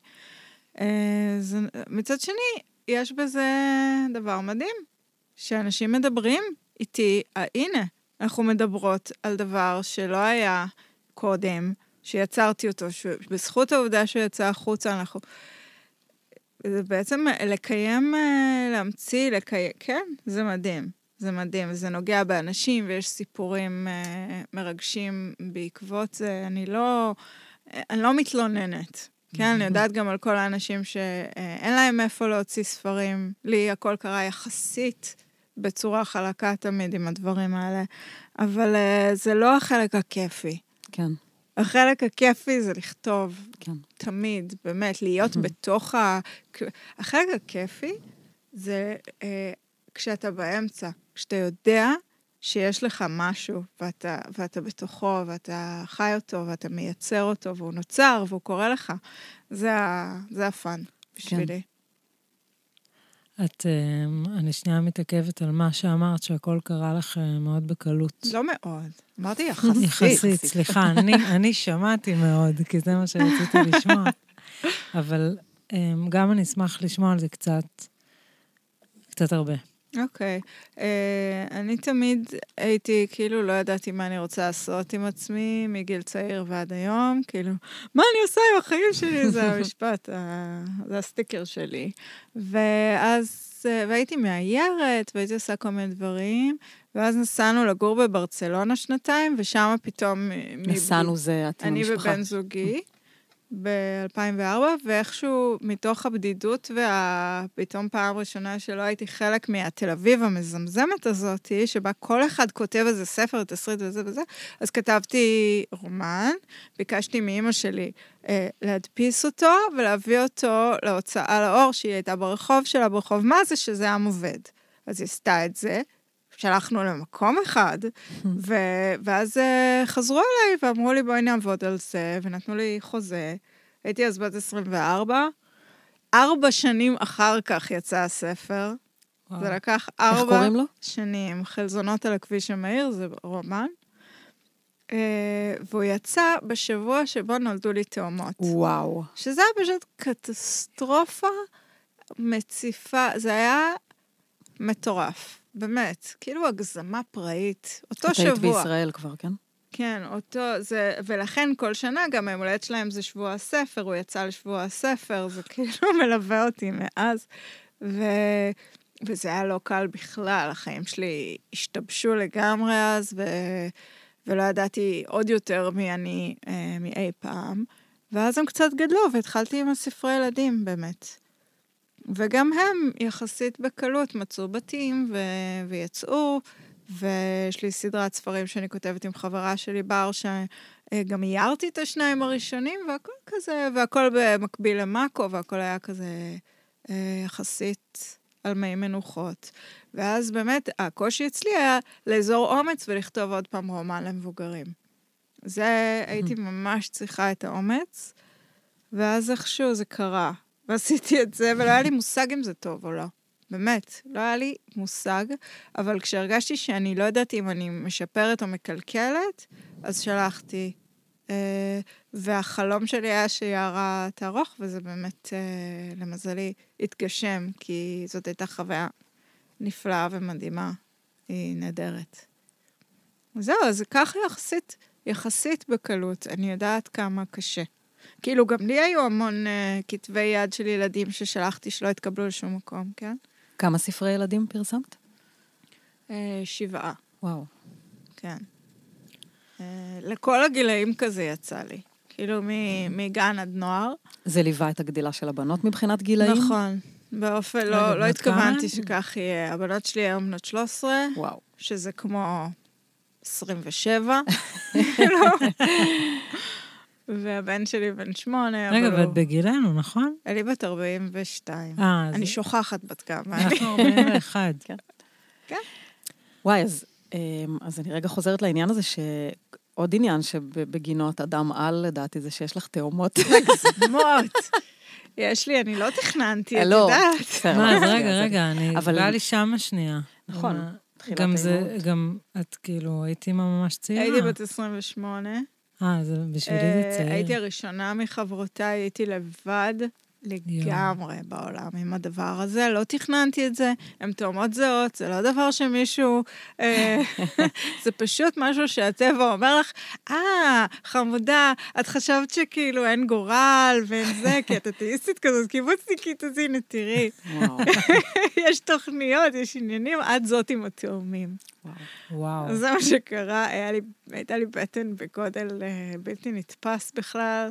מצד שני, יש בזה דבר מדהים, שאנשים מדברים איתי, הנה, אנחנו מדברות על דבר שלא היה קודם, שיצרתי אותו, בזכות העובדה שהוא יצא החוצה, אנחנו... זה בעצם לקיים, להמציא, כן, זה מדהים. זה מדהים, זה נוגע באנשים, ויש סיפורים מרגשים בעקבות זה. אני לא מתלוננת. כן, אני יודעת גם על כל האנשים שאין להם איפה להוציא ספרים. לי הכל קרה יחסית בצורה חלקה תמיד עם הדברים האלה. אבל זה לא החלק הכיפי. כן. החלק הכיפי זה לכתוב, כן. תמיד, באמת, להיות בתוך החלק הכיפי זה כשאתה באמצע, כשאתה יודע שיש לך משהו, ואתה בתוכו, ואתה חי אותו, ואתה מייצר אותו, והוא נוצר, והוא קורא לך. זה הפן בשבילי. אני שנייה מתעכבת על מה שאמרת, שהכל קרה לך מאוד בקלות. לא מאוד. אמרתי יחסית. יחסית, סליחה, אני שמעתי מאוד, כי זה מה שרציתי לשמוע. אבל גם אני אשמח לשמוע על זה קצת הרבה. אוקיי. אני תמיד הייתי, כאילו, לא ידעתי מה אני רוצה לעשות עם עצמי, מגיל צעיר ועד היום, כאילו, מה אני עושה עם החיים שלי? זה המשפט, זה הסטיקר שלי. והייתי מאיירת, והייתי עושה כל מיני דברים, ואז נסענו לגור בברצלונה שנתיים, ושם פתאום... נסענו זה, אתם אני המשפחה. ובן זוגי. ב-2004, ואיכשהו מתוך הבדידות פתאום פעם ראשונה שלא הייתי חלק מהתל אביב המזמזמת הזאת, שבה כל אחד כותב איזה ספר, תסריט וזה וזה, אז כתבתי רומן, ביקשתי מאמא שלי להדפיס אותו, ולהביא אותו להוצאה לאור, שהיא הייתה ברחוב שלה, ברחוב מה זה, שזה עם עובד. אז היא עשתה את זה, שלחנו למקום אחד, ואז חזרו אליי ואמרו לי, בואי נעבוד על זה, ונתנו לי חוזה. הייתי אז בת 24, 4 שנים אחר כך יצא הספר. וואו. זה לקח 4 שנים. חלזונות על הכביש המהיר, זה רומן. והוא יצא בשבוע שבו נולדו לי תאומות. וואו. שזה היה פשוט קטסטרופה מציפה. זה היה מטורף. באמת. כאילו הגזמה פראית. אותו שבוע. את היית בישראל כבר, כן? כן, ולכן כל שנה גם היום הולדת שלהם זה שבוע הספר, הוא יצא לשבוע הספר, זה כאילו מלווה אותי מאז. וזה היה לא קל בכלל, החיים שלי השתבשו לגמרי אז, ולא ידעתי עוד יותר מי מאי פעם. ואז הם קצת גדלו, והתחלתי עם הספרי ילדים, באמת. וגם הם יחסית בקלות מצאו בתים ויצאו, ויש לי סדרת ספרים שאני כותבת עם חברה שלי בר, שגם עיירתי את השניים הראשונים, והכל כזה, והכל במקביל למאקו, והכל היה כזה יחסית על מי מנוחות. ואז באמת הקושי אצלי היה לאזור אומץ ולכתוב עוד פעם רומן למבוגרים. זה הייתי ממש צריכה את האומץ, ואז איכשהו זה קרה. ועשיתי את זה, ולא היה לי מושג אם זה טוב או לא. באמת, לא היה לי מושג, אבל כשהרגשתי שאני לא יודעת אם אני משפרת או מקלקלת, אז שלחתי. והחלום שלי היה שיערה תערוך, וזה באמת, למזלי, התגשם, כי זאת הייתה חוויה נפלאה ומדהימה. היא נהדרת. זהו, אז ככה יחסית בקלות. אני יודעת כמה קשה. כאילו, גם לי היו המון כתבי יד של ילדים ששלחתי שלא התקבלו לשום מקום, כן? כמה ספרי ילדים פרסמת? 7. וואו. כן. לכל הגילאים כזה יצא לי. כאילו, מגן עד נוער. זה ליווה את הגדילה של הבנות מבחינת גילאים? נכון. באופן, לא התכוונתי שכך יהיה. הבנות שלי היום בנות 13. וואו. שזה כמו 27. והבן שלי בן 8. רגע, ואת בגילנו, נכון? אני בת 42. אני שוכחת בת כמה. אנחנו 41. כן. וואי, אז אני רגע חוזרת לעניין הזה שעוד עניין שבגינות אדם על, לדעתי, זה שיש לך תאומות. גזמות. יש לי, אני לא תכננתי, את יודעת. מה, אז רגע, אני באה לי שם השנייה. נכון. גם את כאילו, הייתי ממש צעירה. הייתי בת 28. זה בשבילי זה צעיר. הייתי הראשונה מחברותיי, הייתי לבד לגמרי בעולם עם הדבר הזה, לא תכננתי את זה, הן תאומות זהות, זה לא דבר שמישהו, זה פשוט משהו שהטבע אומר לך, חמודה, את חשבת שכאילו אין גורל ואין זה, כי את אתאיסטית כזאת, קיבוצניקית, אז הנה, תראי. יש תוכניות, יש עניינים, עד זאת עם התאומים. וואו. זה מה שקרה, הייתה לי בטן בגודל בלתי נתפס בכלל,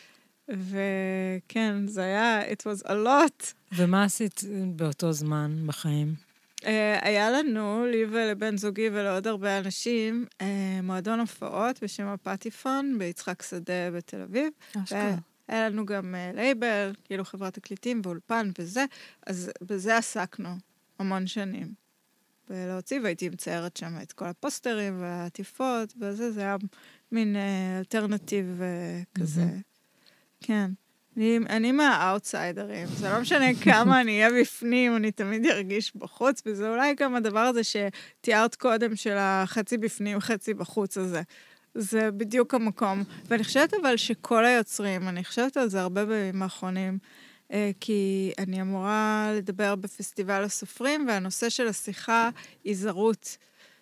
וכן, זה היה, it was a lot. ומה עשית באותו זמן בחיים? היה לנו, לי ולבן זוגי ולעוד הרבה אנשים, מועדון הופעות בשם הפטיפון, ביצחק שדה בתל אביב. היה לנו גם לייבל, כאילו חברת תקליטים ואולפן וזה, אז בזה עסקנו המון שנים. ולהוציא, והייתי מציירת שם את כל הפוסטרים והעטיפות, וזה, זה היה מין אלטרנטיב כזה. כן. אני מהאוטסיידרים, זה לא משנה כמה אני אהיה בפנים, אני תמיד ארגיש בחוץ, וזה אולי גם הדבר הזה שתיארת קודם של החצי בפנים, חצי בחוץ הזה. זה בדיוק המקום. ואני חושבת אבל שכל היוצרים, אני חושבת על זה הרבה בימים האחרונים, כי אני אמורה לדבר בפסטיבל הסופרים, והנושא של השיחה היא זרות.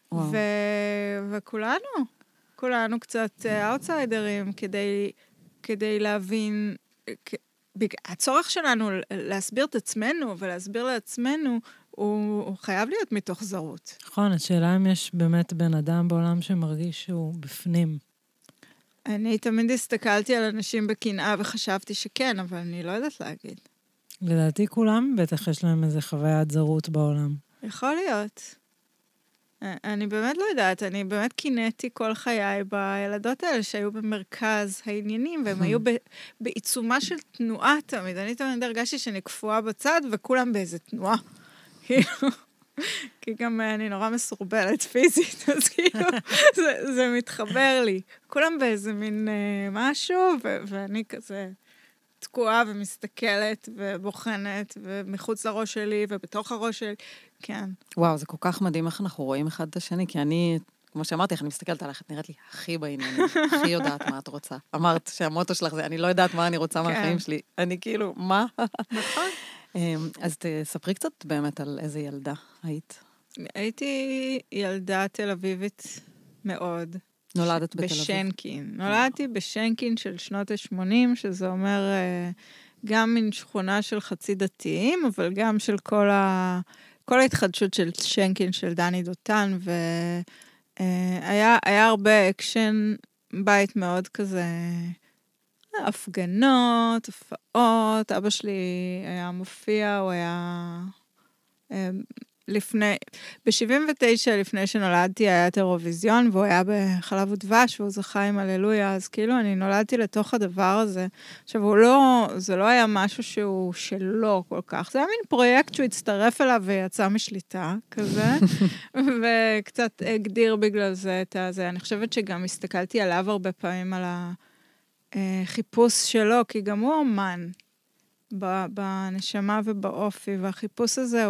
כולנו קצת אאוטסיידרים, כדי להבין, הצורך שלנו להסביר את עצמנו, ולהסביר לעצמנו, הוא חייב להיות מתוך זרות. נכון, השאלה אם יש באמת בן אדם בעולם שמרגיש שהוא בפנים. אני תמיד הסתכלתי על אנשים בקנאה וחשבתי שכן, אבל אני לא יודעת להגיד. לדעתי כולם בטח יש להם איזה חוויית זרות בעולם. יכול להיות. אני באמת לא יודעת, אני באמת קינאתי כל חיי בילדות האלה שהיו במרכז העניינים, והם היו בעיצומה של תנועה תמיד. אני תמיד הרגשתי שאני קפואה בצד, וכולם באיזה תנועה. כי גם אני נורא מסורבלת פיזית, אז כאילו, זה מתחבר לי. כולם באיזה מין משהו, ואני כזה תקועה ומסתכלת ובוחנת, ומחוץ לראש שלי ובתוך הראש שלי, כן. וואו, זה כל כך מדהים איך אנחנו רואים אחד את השני, כי אני, כמו שאמרתי, איך אני מסתכלת עליך, את נראית לי הכי בעניינים, הכי יודעת מה את רוצה. אמרת שהמוטו שלך זה, אני לא יודעת מה אני רוצה מהחיים שלי. אני כאילו, מה? נכון. אז תספרי קצת באמת על איזה ילדה היית. הייתי ילדה תל אביבית מאוד. נולדת בתל אביב? בשנקין. נולדתי בשנקין של שנות ה-80, שזה אומר גם מן שכונה של חצי דתיים, אבל גם של כל ההתחדשות של שנקין של דני דותן, והיה הרבה אקשן, בית מאוד כזה, הפגנות, הופעות, אבא שלי היה מופיע, הוא היה ב-79 לפני שנולדתי היה את אירוויזיון, והוא היה בחלב ודבש, והוא זכה עם הללויה, אז כאילו אני נולדתי לתוך הדבר הזה. עכשיו, זה לא היה משהו שהוא שלו כל כך, זה היה מין פרויקט שהוא הצטרף אליו ויצא משליטה, כזה, וקצת הגדיר בגלל זה את הזה. אני חושבת שגם הסתכלתי עליו הרבה פעמים על החיפוש שלו, כי גם הוא אומן, בנשמה ובאופי, והחיפוש הזה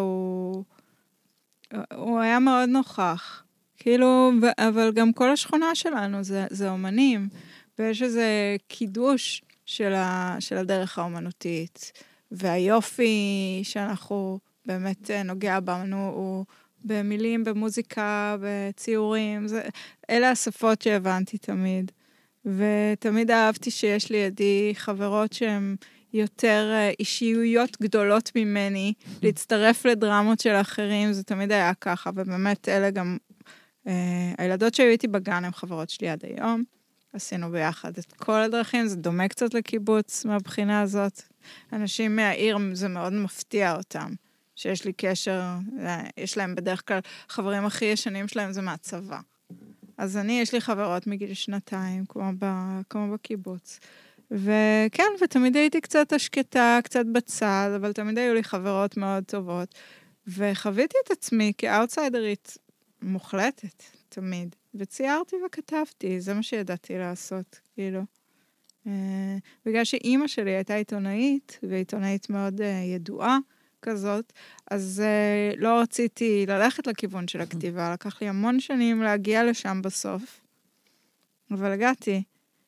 הוא היה מאוד נוכח. כאילו, אבל גם כל השכונה שלנו זה אומנים, ויש איזה קידוש של הדרך האומנותית, והיופי שאנחנו באמת נוגע בנו, הוא במילים, במוזיקה, בציורים, אלה השפות שהבנתי תמיד. ותמיד אהבתי שיש לי ידי חברות שהן יותר אישיויות גדולות ממני, להצטרף לדרמות של האחרים, זה תמיד היה ככה, ובאמת אלה גם, הילדות שהיו איתי בגן הן חברות שלי עד היום, עשינו ביחד את כל הדרכים, זה דומה קצת לקיבוץ מהבחינה הזאת. אנשים מהעיר, זה מאוד מפתיע אותם, שיש לי קשר, יש להם בדרך כלל, חברים הכי ישנים שלהם זה מהצבא. אז יש לי חברות מגיל 2, כמו בקיבוץ. וכן, ותמיד הייתי קצת השקטה, קצת בצד, אבל תמיד היו לי חברות מאוד טובות. וחוויתי את עצמי כאוטסיידרית מוחלטת, תמיד. וציירתי וכתבתי, זה מה שידעתי לעשות, כאילו. בגלל שאימא שלי הייתה עיתונאית, ועיתונאית מאוד ידועה כזאת, אז לא רציתי ללכת לכיוון של הכתיבה, לקח לי המון שנים להגיע לשם בסוף, אבל הגעתי.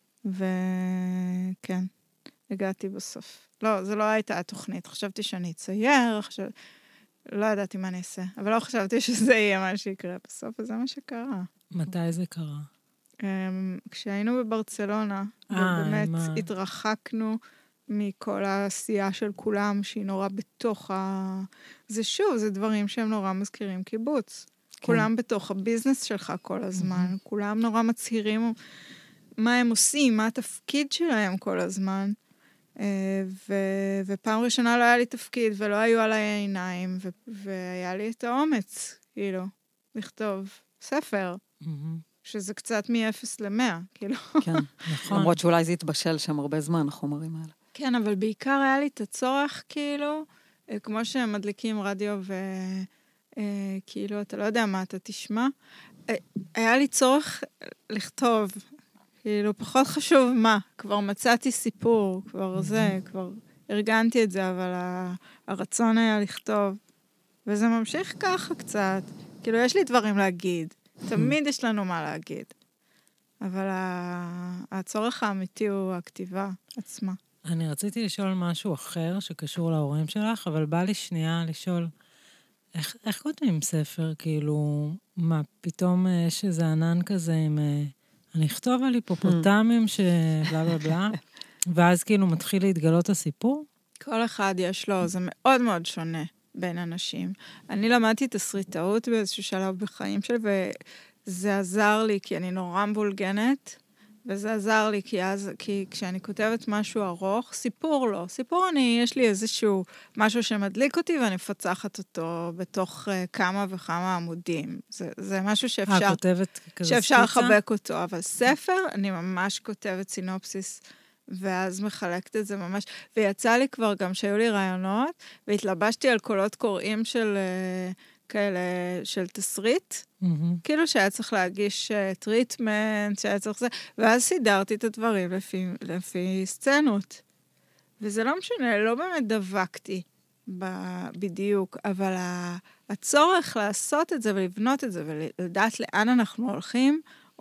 וכן, הגעתי בסוף. לא, זו לא הייתה התוכנית. חשבתי שאני אצייר, לא ידעתי מה אני אעשה, אבל לא חשבתי שזה יהיה מה שיקרה בסוף, וזה מה שקרה. מתי זה קרה? כשהיינו בברצלונה, ובאמת התרחקנו מכל העשייה של כולם, שהיא נורא בתוך זה שוב, זה דברים שהם נורא מזכירים קיבוץ. כולם בתוך הביזנס שלך כל הזמן, כולם נורא מצהירים מה הם עושים, מה התפקיד שלהם כל הזמן. ופעם ראשונה לא היה לי תפקיד, ולא היו עליי העיניים, והיה לי את האומץ, כאילו, לכתוב ספר, שזה קצת מ-0 ל-100, כאילו. כן, נכון. למרות שאולי זה יתבשל שם הרבה זמן, החומרים האלה. כן, אבל בעיקר היה לי את הצורך, כאילו, כמו שהם מדליקים רדיו, וכאילו, אתה לא יודע מה אתה תשמע, היה לי צורך לכתוב, כאילו, פחות חשוב מה, כבר מצאתי סיפור, כבר זה, כבר ארגנתי את זה, אבל הרצון היה לכתוב, וזה ממשיך ככה קצת, כאילו, יש לי דברים להגיד, תמיד יש לנו מה להגיד, אבל הצורך האמיתי הוא הכתיבה עצמה. אני רציתי לשאול משהו אחר שקשור להורים שלך, אבל בא לי שנייה לשאול, איך כותבים ספר, כאילו, מה, פתאום יש איזה ענן כזה עם... אני אכתוב על היפופוטמים שבלה בלה בלה, ואז כאילו מתחיל להתגלות הסיפור? כל אחד יש לו, זה מאוד מאוד שונה בין אנשים. אני למדתי תסריטאות באיזשהו שלב בחיים שלי, וזה עזר לי, כי אני נורא מבולגנת, וזה עזר לי, כי כשאני כותבת משהו ארוך, סיפור לא. סיפור יש לי איזשהו משהו שמדליק אותי, ואני מפצחת אותו בתוך כמה וכמה עמודים. זה משהו שאפשר לחבק אותו, אבל ספר, אני ממש כותבת סינופסיס, ואז מחלקת את זה ממש. ויצא לי כבר גם שהיו לי רעיונות, והתלבשתי על קולות קוראים של כאלה של תסריט, כאילו שהיה צריך להגיש טריטמנט, שהיה צריך זה, ואז סידרתי את הדברים לפי סצנות. וזה לא משנה, לא באמת דבקתי בדיוק, אבל הצורך לעשות את זה ולבנות את זה, ולדעת לאן אנחנו הולכים,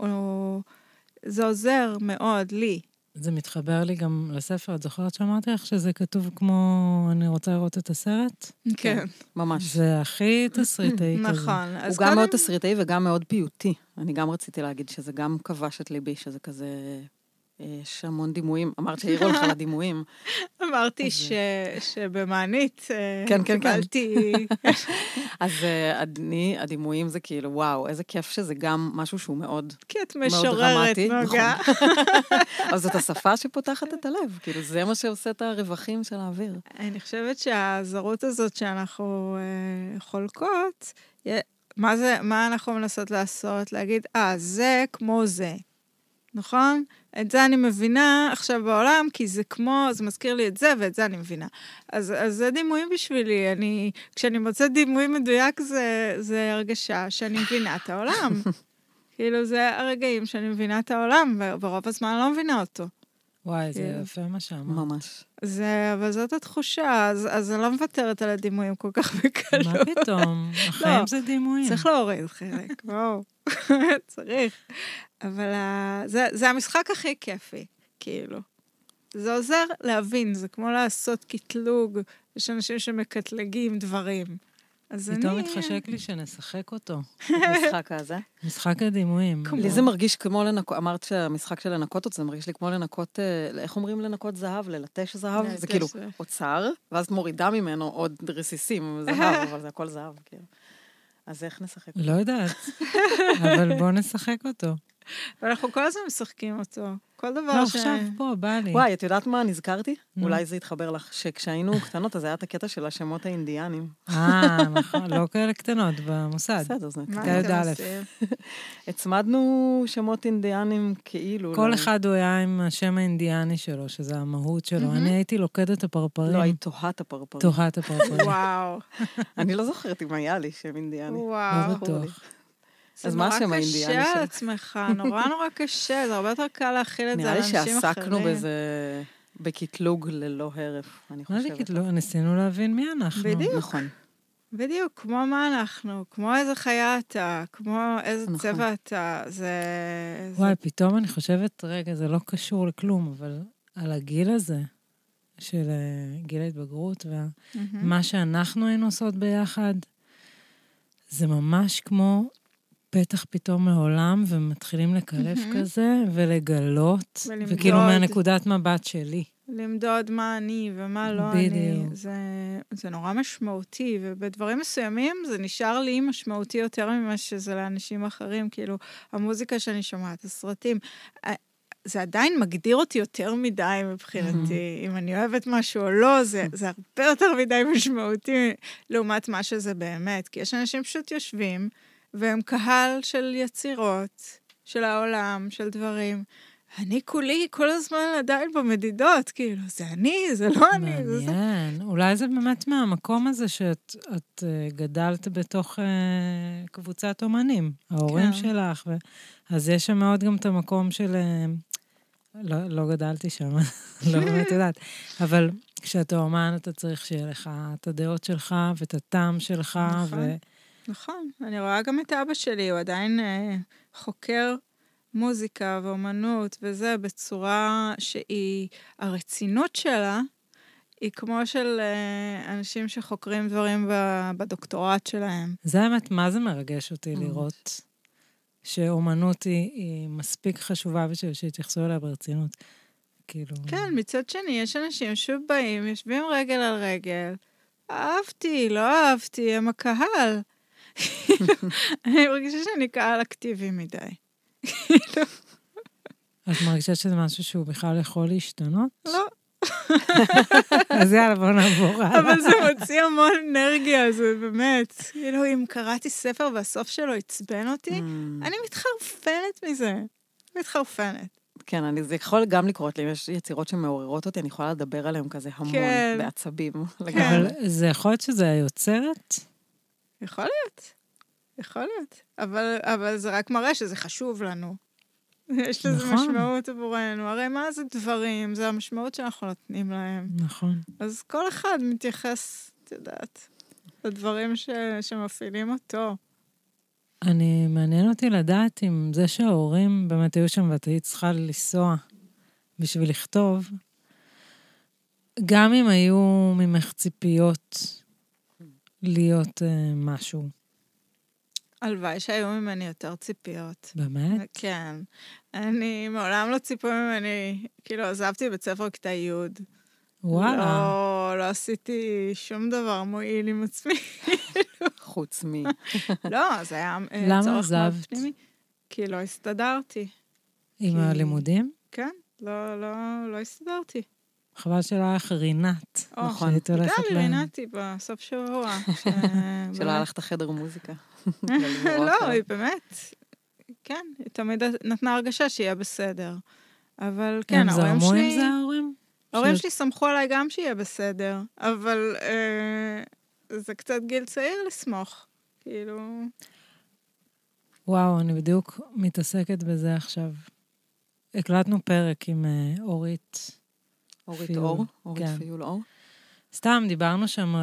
זה עוזר מאוד לי. זה מתחבר לי גם לספר, את זוכרת שאמרתי לך שזה כתוב כמו אני רוצה לראות את הסרט? כן. ממש. זה הכי תסריטאי כזה. נכון. הוא גם מאוד תסריטאי וגם מאוד פיוטי. אני גם רציתי להגיד שזה גם כבש את ליבי, שזה כזה... יש המון דימויים. אמרת שהעירו לך לדימויים. אמרתי שבמענית כן. קיבלתי... אז הדימויים זה כאילו, וואו, איזה כיף שזה גם משהו שהוא מאוד כי את משוררת, נוגע. אבל זאת השפה שפותחת את הלב, כאילו זה מה שעושה את הרווחים של האוויר. אני חושבת שהזרות הזאת שאנחנו חולקות, מה אנחנו מנסות לעשות? להגיד, זה כמו זה. נכון? את זה אני מבינה עכשיו בעולם, כי זה כמו, זה מזכיר לי את זה, ואת זה אני מבינה. אז זה דימויים בשבילי. כשאני מוצאת דימוי מדויק, זה הרגשה שאני מבינה את העולם. כאילו, זה הרגעים שאני מבינה את העולם, וברוב הזמן אני לא מבינה אותו. וואי, זה יפה מה שאמרת. ממש. אבל זאת התחושה, אז אני לא מוותרת על הדימויים כל כך בקלות. מה פתאום? החיים זה דימויים. צריך להוריד חלק, וואו. צריך. אבל זה המשחק הכי כיפי, כאילו. זה עוזר להבין, זה כמו לעשות קטלוג, יש אנשים שמקטלגים דברים. פתאום מתחשק לי שנשחק אותו. המשחק הזה. משחק הדימויים. לי זה מרגיש כמו לנקות, אמרת שהמשחק של לנקות אותו, זה מרגיש לי כמו לנקות, איך אומרים לנקות זהב? ללטש זהב? זה כאילו אוצר, ואז מורידה ממנו עוד רסיסים, זהב, אבל זה הכל זהב, כאילו. אז איך נשחק אותו? לא יודעת, אבל בוא נשחק אותו. ואנחנו כל הזמן משחקים אותו. כל דבר לא, עכשיו פה, בא לי. וואי, את יודעת מה נזכרתי? אולי זה יתחבר לך, שכשהיינו קטנות, אז היה את הקטע של השמות האינדיאנים. נכון, לא כאלה קטנות במוסד. בסדר, זה מה אתם עושים? הצמדנו שמות אינדיאנים כאילו... כל אחד הוא היה עם השם האינדיאני שלו, שזה המהות שלו. אני הייתי לוקדת הפרפרים. לא, היית תוהת הפרפרים. תוהת הפרפרים. וואו. אני לא זוכרת אם היה לי שם אינדיאני. וואו. לא בטוח. אז מה השם האינדיאני זה נורא קשה שלך? על עצמך, נורא קשה, זה הרבה יותר קל להכיל את זה על אנשים אחרים. נראה לי שעסקנו בזה בקטלוג ללא הרף, אני מה זה חושבת. קטלוג? ניסינו להבין מי אנחנו. בדיוק. נכון. בדיוק, כמו מה אנחנו, כמו איזה חיה אתה, כמו איזה צבע אתה, וואי, פתאום אני חושבת, רגע, זה לא קשור לכלום, אבל על הגיל הזה, של גיל ההתבגרות, ומה שאנחנו היינו עושות ביחד, זה ממש כמו פתח פתאום מעולם, ומתחילים לקלף כזה, ולגלות, וכאילו מהנקודת מבט שלי. למדוד מה אני ומה לא אני. זה נורא משמעותי, ובדברים מסוימים זה נשאר לי משמעותי יותר ממה שזה לאנשים אחרים, כאילו, המוזיקה שאני שומעת, הסרטים, זה עדיין מגדיר אותי יותר מדי מבחינתי, אם אני אוהבת משהו או לא, זה הרבה יותר מדי משמעותי לעומת מה שזה באמת, כי יש אנשים פשוט יושבים, והם קהל של יצירות, של העולם, של דברים. אני כולי כל הזמן עדיין במדידות, כאילו, זה אני, זה לא אני. מעניין. אולי זה באמת מהמקום הזה שאת גדלת בתוך קבוצת אומנים, ההורים שלך, אז יש שם מאוד גם את המקום של... לא גדלתי שם, לא באמת יודעת, אבל כשאתה אומן, אתה צריך שיהיה לך את הדעות שלך ואת הטעם שלך. נכון, אני רואה גם את אבא שלי, הוא עדיין חוקר מוזיקה ואומנות וזה, בצורה שהיא, הרצינות שלה, היא כמו של אנשים שחוקרים דברים בדוקטורט שלהם. זה האמת, מה זה מרגש אותי לראות שאומנות היא מספיק חשובה ושהתייחסו אליה ברצינות. כאילו... כן, מצד שני, יש אנשים שבאים, יושבים רגל על רגל, אהבתי, לא אהבתי, הם הקהל. אני מרגישה שאני קהל אקטיבי מדי. את מרגישה שזה משהו שהוא בכלל יכול להשתנות? לא. אז יאללה, בוא נעבור. אבל זה מוציא המון אנרגיה, זה באמת. כאילו, אם קראתי ספר והסוף שלו עצבן אותי, אני מתחרפנת מזה. מתחרפנת. כן, זה יכול גם לקרות לי, יש יצירות שמעוררות אותי, אני יכולה לדבר עליהם כזה המון בעצבים. אבל זה יכול להיות שזה היוצרת? יכול להיות. יכול להיות. אבל זה רק מראה שזה חשוב לנו. יש לזה משמעות עבורנו. הרי מה זה דברים? זה המשמעות שאנחנו נותנים להם. נכון. אז כל אחד מתייחס, את יודעת, לדברים שמפעילים אותו. מעניין אותי לדעת אם זה שההורים באמת היו שם ואת היית צריכה לנסוע בשביל לכתוב, גם אם היו ממך ציפיות להיות משהו. הלוואי שהיו ממני יותר ציפיות. באמת? כן. אני מעולם לא ציפו ממני, כאילו עזבתי בית ספר כיתה י'. וואלה. לא עשיתי שום דבר מועיל עם עצמי. חוץ מי. לא, זה היה למה עזבת? פנימי. כי לא הסתדרתי. עם הלימודים? כן, לא הסתדרתי. חבל שלא היה לך רינת. נכון. גם רינתי בסוף שבוע. שלא הלכת חדר מוזיקה. לא, היא באמת, כן, היא תמיד נתנה הרגשה שיהיה בסדר. אבל כן, ההורים שלי... הם זרמו עם זה ההורים? ההורים שלי סמכו עליי גם שיהיה בסדר, אבל זה קצת גיל צעיר לסמוך, כאילו... וואו, אני בדיוק מתעסקת בזה עכשיו. הקלטנו פרק עם אורית. אורית אור? אורית פיול אור? סתם, דיברנו שם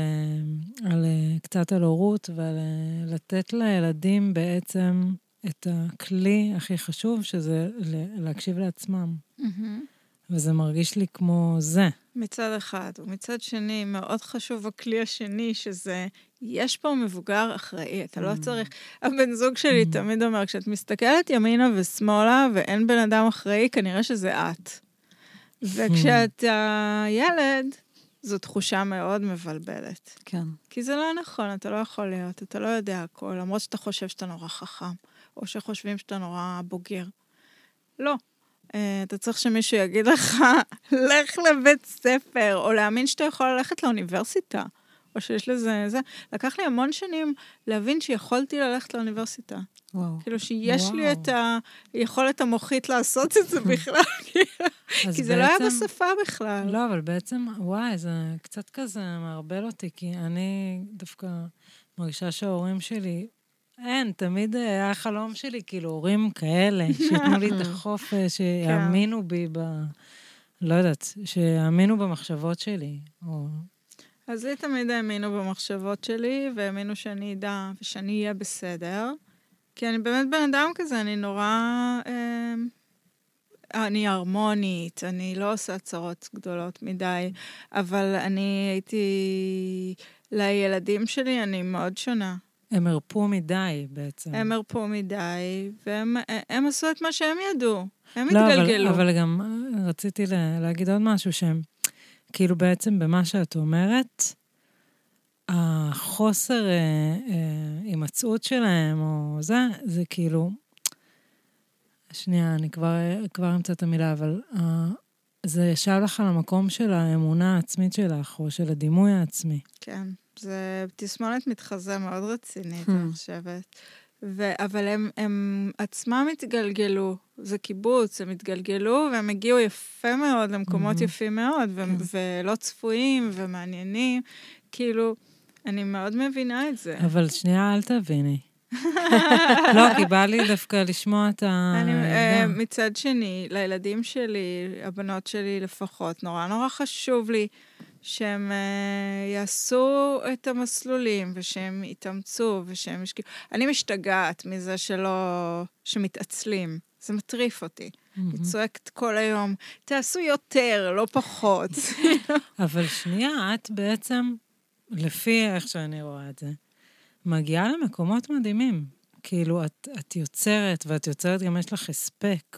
קצת על הורות, ועל לתת לילדים בעצם את הכלי הכי חשוב, שזה להקשיב לעצמם. וזה מרגיש לי כמו זה. מצד אחד, ומצד שני, מאוד חשוב הכלי השני, שזה, יש פה מבוגר אחראי, אתה לא צריך... הבן זוג שלי תמיד אומר, כשאת מסתכלת ימינה ושמאלה, ואין בן אדם אחראי, כנראה שזה את. וכשאת ילד, זו תחושה מאוד מבלבלת. כן. כי זה לא נכון, אתה לא יכול להיות, אתה לא יודע הכל, למרות שאתה חושב שאתה נורא חכם, או שחושבים שאתה נורא בוגר. לא. אתה צריך שמישהו יגיד לך, לך לבית ספר, או להאמין שאתה יכול ללכת לאוניברסיטה, או שיש לזה, זה. לקח לי המון שנים להבין שיכולתי ללכת לאוניברסיטה. וואו. כאילו שיש לי את היכולת המוחית לעשות את זה בכלל, כי זה לא היה בשפה בכלל. לא, אבל בעצם, וואי, זה קצת כזה מערבל אותי, כי אני דווקא מרגישה שההורים שלי, אין, תמיד היה חלום שלי, כאילו, הורים כאלה, שיתנו לי את החופש, שיאמינו בי לא יודעת, שיאמינו במחשבות שלי. אז לי תמיד האמינו במחשבות שלי, והאמינו שאני אדע ושאני אהיה בסדר, כי אני באמת בן אדם כזה, אני נורא... אני הרמונית, אני לא עושה צרות גדולות מדי, אבל אני הייתי... לילדים שלי אני מאוד שונה. הם הרפו מדי בעצם. הם הרפו מדי, והם עשו את מה שהם ידעו. הם התגלגלו. אבל גם רציתי להגיד עוד משהו שהם, כאילו בעצם במה שאת אומרת, החוסר הימצאות שלהם, או זה כאילו, שנייה, אני כבר אמצא את המילה, אבל זה ישב לך על המקום של האמונה העצמית שלך, או של הדימוי העצמי. כן, זה תסמונת מתחזה מאוד רצינית, אני חושבת. אבל הם עצמם התגלגלו, זה קיבוץ, הם התגלגלו, והם הגיעו יפה מאוד, למקומות יפים מאוד, ולא צפויים ומעניינים. כאילו, אני מאוד מבינה את זה. אבל שנייה, אל תביני. לא, כי בא לי דווקא לשמוע את מצד שני, לילדים שלי, הבנות שלי לפחות, נורא נורא חשוב לי שהם יעשו את המסלולים, ושהם יתאמצו, ושהם ישקיעו. אני משתגעת מזה שמתעצלים. זה מטריף אותי. היא צועקת כל היום, תעשו יותר, לא פחות. אבל שנייה, את בעצם, לפי איך שאני רואה את זה, מגיעה למקומות מדהימים. כאילו, את יוצרת, ואת יוצרת גם יש לך הספק,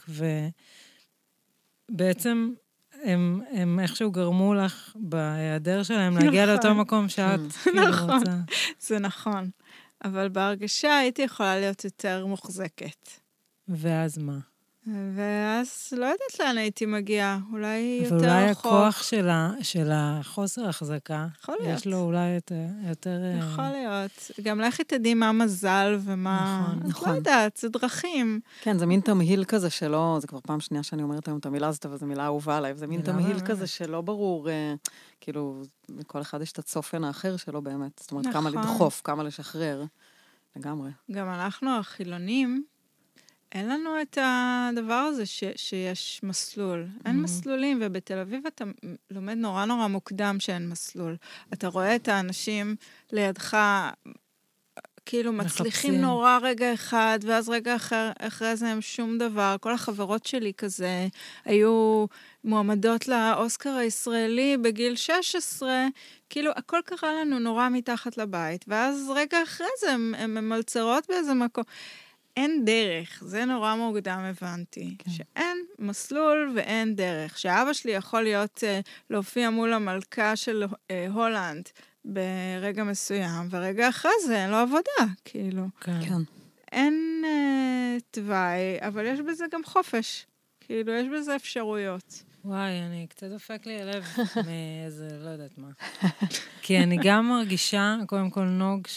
ובעצם הם איכשהו גרמו לך בהיעדר שלהם להגיע לאותו מקום שאת כאילו רוצה. זה נכון. אבל בהרגשה הייתי יכולה להיות יותר מוחזקת. ואז מה? ואז לא יודעת לאן הייתי מגיעה, אולי יותר רחוק. אבל אולי הכוח של החוסר החזקה, יכול להיות. יש לו אולי יותר... יכול להיות. גם לכי תדעי מה מזל ומה... נכון. לא יודעת, זה דרכים. כן, זה מין תמהיל כזה שלא, זה כבר פעם שנייה שאני אומרת היום את המילה הזאת, אבל זו מילה אהובה עליי, זה מין תמהיל כזה שלא ברור, כאילו, לכל אחד יש את הצופן האחר שלו באמת. זאת אומרת, כמה לדחוף, כמה לשחרר. לגמרי. גם אנחנו החילונים, אין לנו את הדבר הזה שיש מסלול. אין מסלולים, ובתל אביב אתה לומד נורא נורא מוקדם שאין מסלול. אתה רואה את האנשים לידך, כאילו מצליחים נורא רגע אחד, ואז רגע אחרי זה הם שום דבר. כל החברות שלי כזה היו מועמדות לאוסקר הישראלי בגיל 16, כאילו הכל קרה לנו נורא מתחת לבית, ואז רגע אחרי זה הם ממלצרות באיזה מקום. אין דרך, זה נורא מוקדם הבנתי, כן. שאין מסלול ואין דרך. שאבא שלי יכול להיות, להופיע מול המלכה של הולנד ברגע מסוים, ורגע אחרי זה אין לו עבודה, כאילו. כן. אין תוואי, אבל יש בזה גם חופש. כאילו, יש בזה אפשרויות. וואי, אני קצת דופק לי הלב מאיזה, לא יודעת מה. כי אני גם מרגישה, קודם כל נוג,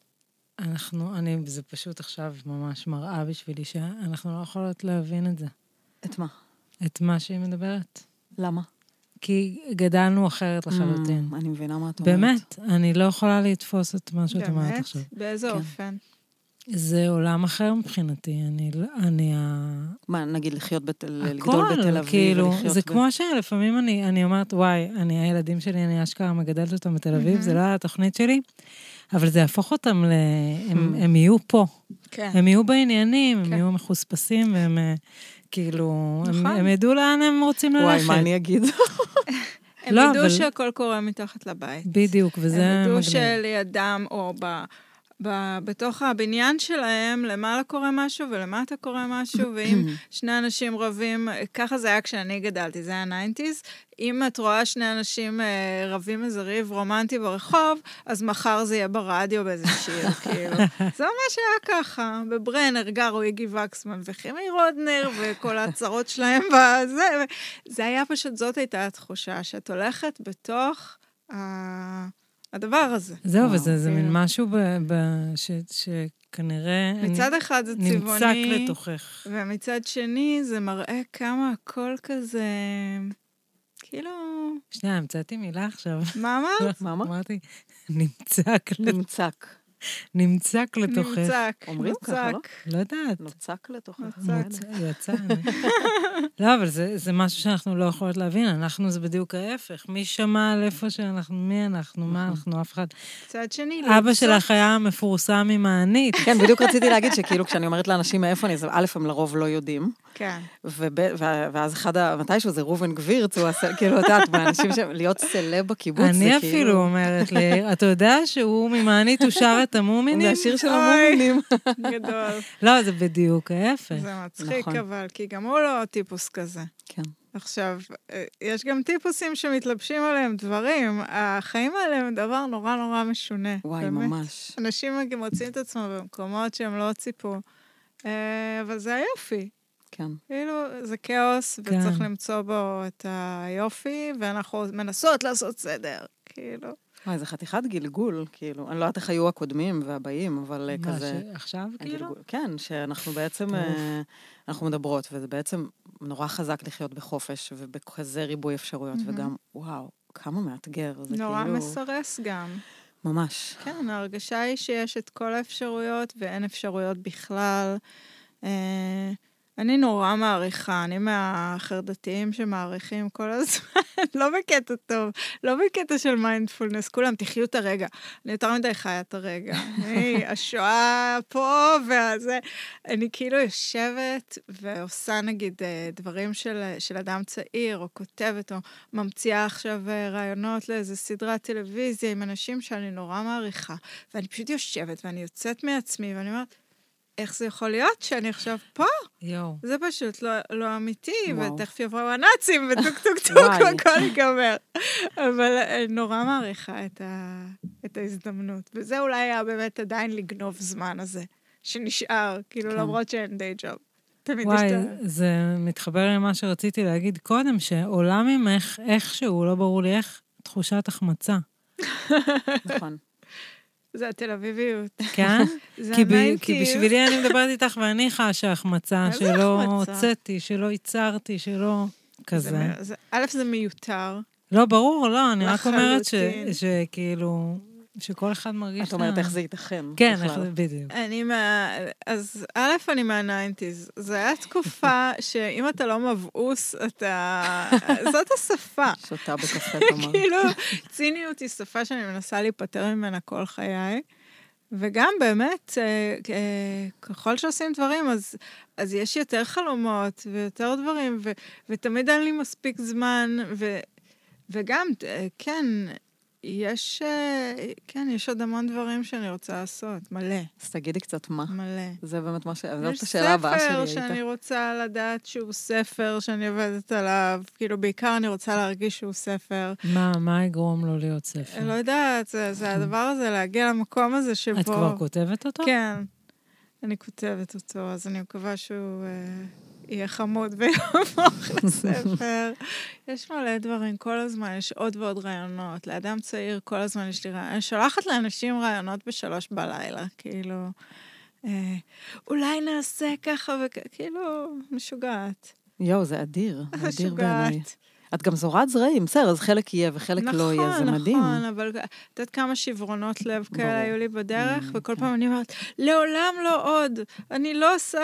זה פשוט עכשיו ממש מראה בשבילי, שאנחנו לא יכולות להבין את זה. את מה? את מה שהיא מדברת. למה? כי גדלנו אחרת לחלוטין. אני מבינה מה את אומרת. באמת, אני לא יכולה לתפוס את מה שאת אומרת עכשיו. באמת? באיזה אופן? זה עולם אחר מבחינתי, מה, נגיד לגדול בתל אביב? כאילו, זה כמו שלפעמים אני אומרת, וואי, הילדים שלי, אני אשכרה מגדלת אותם בתל אביב, זה לא התוכנית שלי, אבל זה יהפוך אותם, הם יהיו פה. הם יהיו בעניינים, הם יהיו מחוספסים, והם כאילו, הם ידעו לאן הם רוצים ללכת. וואי, מה אני אגיד? הם ידעו שהכל קורה מתחת לבית. בדיוק, וזה מגניב. הם ידעו שלידם או בתוך הבניין שלהם, למעלה קורה משהו ולמטה קורה משהו, ואם שני אנשים רבים, ככה זה היה כשאני גדלתי, זה היה 90s, אם את רואה שני אנשים רבים איזה ריב רומנטי ברחוב, אז מחר זה יהיה ברדיו באיזה שיר, כאילו. זה ממש היה ככה, בברנר גרו איגי וקסמן וחימי רודנר, וכל ההצהרות שלהם בזה, זה היה פשוט, זאת הייתה התחושה, שאת הולכת בתוך הדבר הזה. זהו, וזה מין משהו שכנראה מצד אחד זה צבעוני, נמצק לתוכך. ומצד שני זה מראה כמה הכל כזה, כאילו... שנייה, המצאתי מילה עכשיו. מה אמרת? מה אמרת? אמרתי, נמצק. נמצק לתוכך. נמצק. אומרים ככה, לא? לא יודעת. נוצק לתוכך. יצא. לא, אבל זה משהו שאנחנו לא יכולות להבין. אנחנו זה בדיוק ההפך. מי שמע על איפה שאנחנו, מי אנחנו, מה אנחנו, אף אחד. צד שני. אבא שלך היה מפורסם עם הענית. כן, בדיוק רציתי להגיד שכאילו כשאני אומרת לאנשים מאיפה אני, א', הם לרוב לא יודעים. כן. ואז מתישהו זה ראובן גבירץ, הוא עשה, כאילו, יודעת, באנשים להיות סלב בקיבוץ, זה כאילו... אני אפילו אומרת לי, אתה יודע שהוא ממענית הוא שר את המומינים? זה השיר של המומינים. גדול. לא, זה בדיוק ההפך. זה מצחיק, אבל, כי גם הוא לא טיפוס כזה. כן. עכשיו, יש גם טיפוסים שמתלבשים עליהם דברים. החיים האלה הם דבר נורא נורא משונה. וואי, ממש. אנשים מוצאים את עצמם במקומות שהם לא ציפו. אבל זה היופי. כן. כאילו, זה כאוס, וצריך למצוא בו את היופי, ואנחנו מנסות לעשות סדר, כאילו. וואי, זה חתיכת גלגול, כאילו. אני לא יודעת איך היו הקודמים והבאים, אבל כזה... מה, עכשיו, כאילו? כן, שאנחנו בעצם, אנחנו מדברות, וזה בעצם נורא חזק לחיות בחופש, ובכזה ריבוי אפשרויות, וגם, וואו, כמה מאתגר. נורא מסרס גם. ממש. כן, ההרגשה היא שיש את כל האפשרויות, ואין אפשרויות בכלל. אני נורא מעריכה, אני מהחרדתיים שמעריכים כל הזמן, לא בקטע טוב, לא בקטע של מיינדפולנס, כולם תחיו את הרגע, אני יותר מדי חיה את הרגע, השואה פה והזה, אני כאילו יושבת ועושה נגיד דברים של אדם צעיר, או כותבת, או ממציאה עכשיו רעיונות לאיזו סדרת טלוויזיה עם אנשים שאני נורא מעריכה, ואני פשוט יושבת ואני יוצאת מעצמי ואני אומרת, איך זה יכול להיות שאני עכשיו פה? זה פשוט לא אמיתי, ותכף יבואו הנאצים, וטוק טוק טוק, והכל ייגמר. אבל נורא מעריכה את ההזדמנות. וזה אולי היה באמת עדיין לגנוב זמן הזה, שנשאר, כאילו למרות שאין די ג'וב. תמיד וואי, יש זה מתחבר למה שרציתי להגיד קודם, שעולה ממך איכשהו, לא ברור לי איך, תחושת החמצה. נכון. זה התל אביביות. כן? זה כי בשבילי אני מדברת איתך ואני חשה החמצה, שלא הוצאתי, שלא ייצרתי, שלא כזה. א', זה מיותר. לא, ברור, לא, אני רק אומרת שכאילו, שכל אחד מרגיש... את אומרת איך זה ייתכן. כן, בדיוק. אז א', אני מה-90's. זו הייתה תקופה שאם אתה לא מבעוס, זאת השפה. שותה בקפה, תאמר. כאילו, ציניות היא שפה שאני מנסה להיפטר ממנה כל חיי. וגם באמת, ככל שעושים דברים, אז יש יותר חלומות ויותר דברים, ותמיד אין לי מספיק זמן, וגם, כן, יש עוד המון דברים שאני רוצה לעשות, מלא. אז תגידי קצת מה. מלא. זה באמת מה זאת השאלה הבאה שלי הייתה. יש ספר שאני רוצה לדעת שהוא ספר שאני עובדת עליו, כאילו בעיקר אני רוצה להרגיש שהוא ספר. מה יגרום לו להיות ספר? לא יודעת, זה הדבר הזה, להגיע למקום הזה שבו... את כבר כותבת אותו? כן, אני כותבת אותו, אז אני מקווה שהוא יהיה חמוד ויהפוך לספר. יש מלא דברים, כל הזמן יש עוד ועוד רעיונות. לאדם צעיר כל הזמן יש לי רעיונות. אני שולחת לאנשים רעיונות ב3 בלילה, כאילו, אולי נעשה ככה כאילו, משוגעת. יואו, זה אדיר, זה אדיר בעיניי. את גם זורת זרעים, בסדר, אז חלק יהיה וחלק לא יהיה, זה מדהים. נכון, אבל את יודעת כמה שברונות לב כאלה היו לי בדרך, וכל פעם אני אומרת, לעולם לא עוד, אני לא עושה,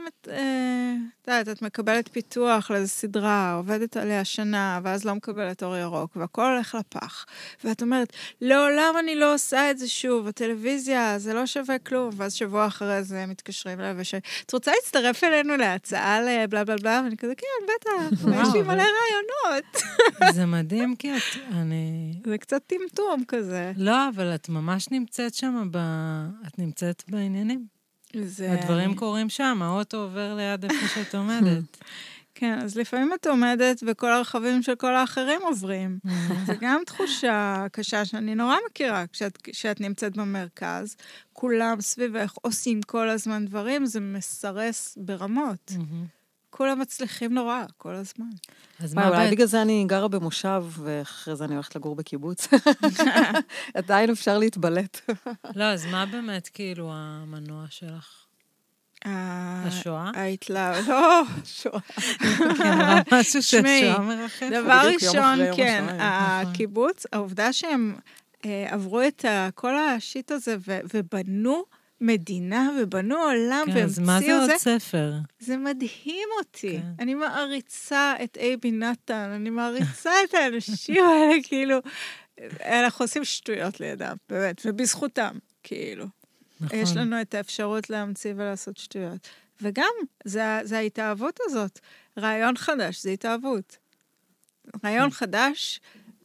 את מקבלת פיתוח לאיזו סדרה, עובדת עליה שנה, ואז לא מקבלת אור ירוק, והכל הולך לפח. ואת אומרת, לעולם אני לא עושה את זה שוב, הטלוויזיה, זה לא שווה כלום, ואז שבוע אחרי זה מתקשרים אליי, את רוצה להצטרף אלינו להצעה לבלה בלה בלה, ואני כזה, כן, בטח, יש לי מלא רעיונות. זה מדהים, כי זה קצת טמטום כזה. לא, אבל את ממש נמצאת שם, את נמצאת בעניינים. הדברים קורים שם, האוטו עובר ליד איפה שאת עומדת. כן, אז לפעמים את עומדת וכל הרכבים של כל האחרים עוברים. זה גם תחושה קשה שאני נורא מכירה, כשאת נמצאת במרכז, כולם סביבך עושים כל הזמן דברים, זה מסרס ברמות. כולם מצליחים נורא, כל הזמן. אז מה, אולי בגלל זה אני גרה במושב, ואחרי זה אני הולכת לגור בקיבוץ. עדיין אפשר להתבלט. לא, אז מה באמת כאילו המנוע שלך? השואה? לא, שואה. כן, משהו שהשואה מרחף. דבר ראשון, כן, הקיבוץ, העובדה שהם עברו את כל השיט הזה ובנו מדינה ובנו עולם כן, אז מה זה עוד ספר? זה מדהים אותי. אני מעריצה את אייבי נתן, אני מעריצה את האנשים האלה, כאילו, אנחנו עושים שטויות לידם, באמת, ובזכותם, כאילו. נכון. יש לנו את האפשרות להמציא ולעשות שטויות. וגם, זה ההתאהבות הזאת. רעיון חדש, זה התאהבות. רעיון חדש,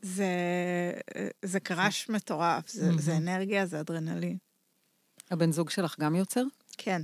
זה קרש מטורף, זה אנרגיה, זה אדרנלין. הבן זוג שלך גם יוצר? כן.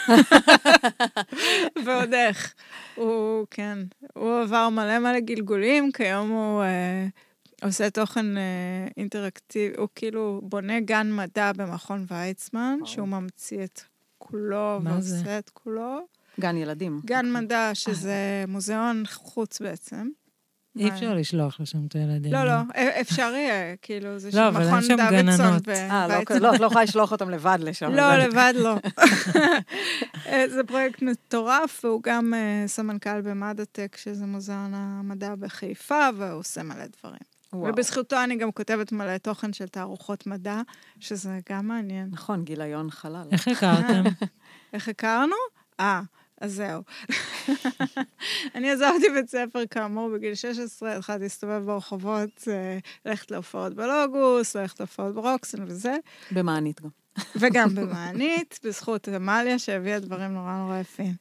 ועוד איך. הוא, כן, הוא עבר מלא גלגולים, כיום הוא עושה תוכן אינטראקטיבי, הוא כאילו בונה גן מדע במכון ויצמן, שהוא ממציא את כולו ועושה את כולו. גן ילדים. גן מדע, שזה מוזיאון חוץ בעצם. אי אפשר לשלוח לשם את הילדים. לא, אפשר יהיה, כאילו, זה לא, אבל אין שם גננות. לא, את לא יכולה לשלוח אותם לבד לשם. לא, לבד לא. זה פרויקט מטורף, והוא גם סמנכ"ל במדעטק, שזה מוזיאון המדע בחיפה, והוא עושה מלא דברים. ובזכותו אני גם כותבת מלא תוכן של תערוכות מדע, שזה גם מעניין. נכון, גיליון חלל. איך הכרתם? איך הכרנו? אז זהו. אני עזבתי בית ספר כאמור בגיל 16, התחלתי להסתובב ברחובות, ללכת להופעות בלוגוס, ללכת להופעות ברוקסן וזה. במענית גם. וגם במענית, בזכות אמליה שהביאה דברים נורא יפים.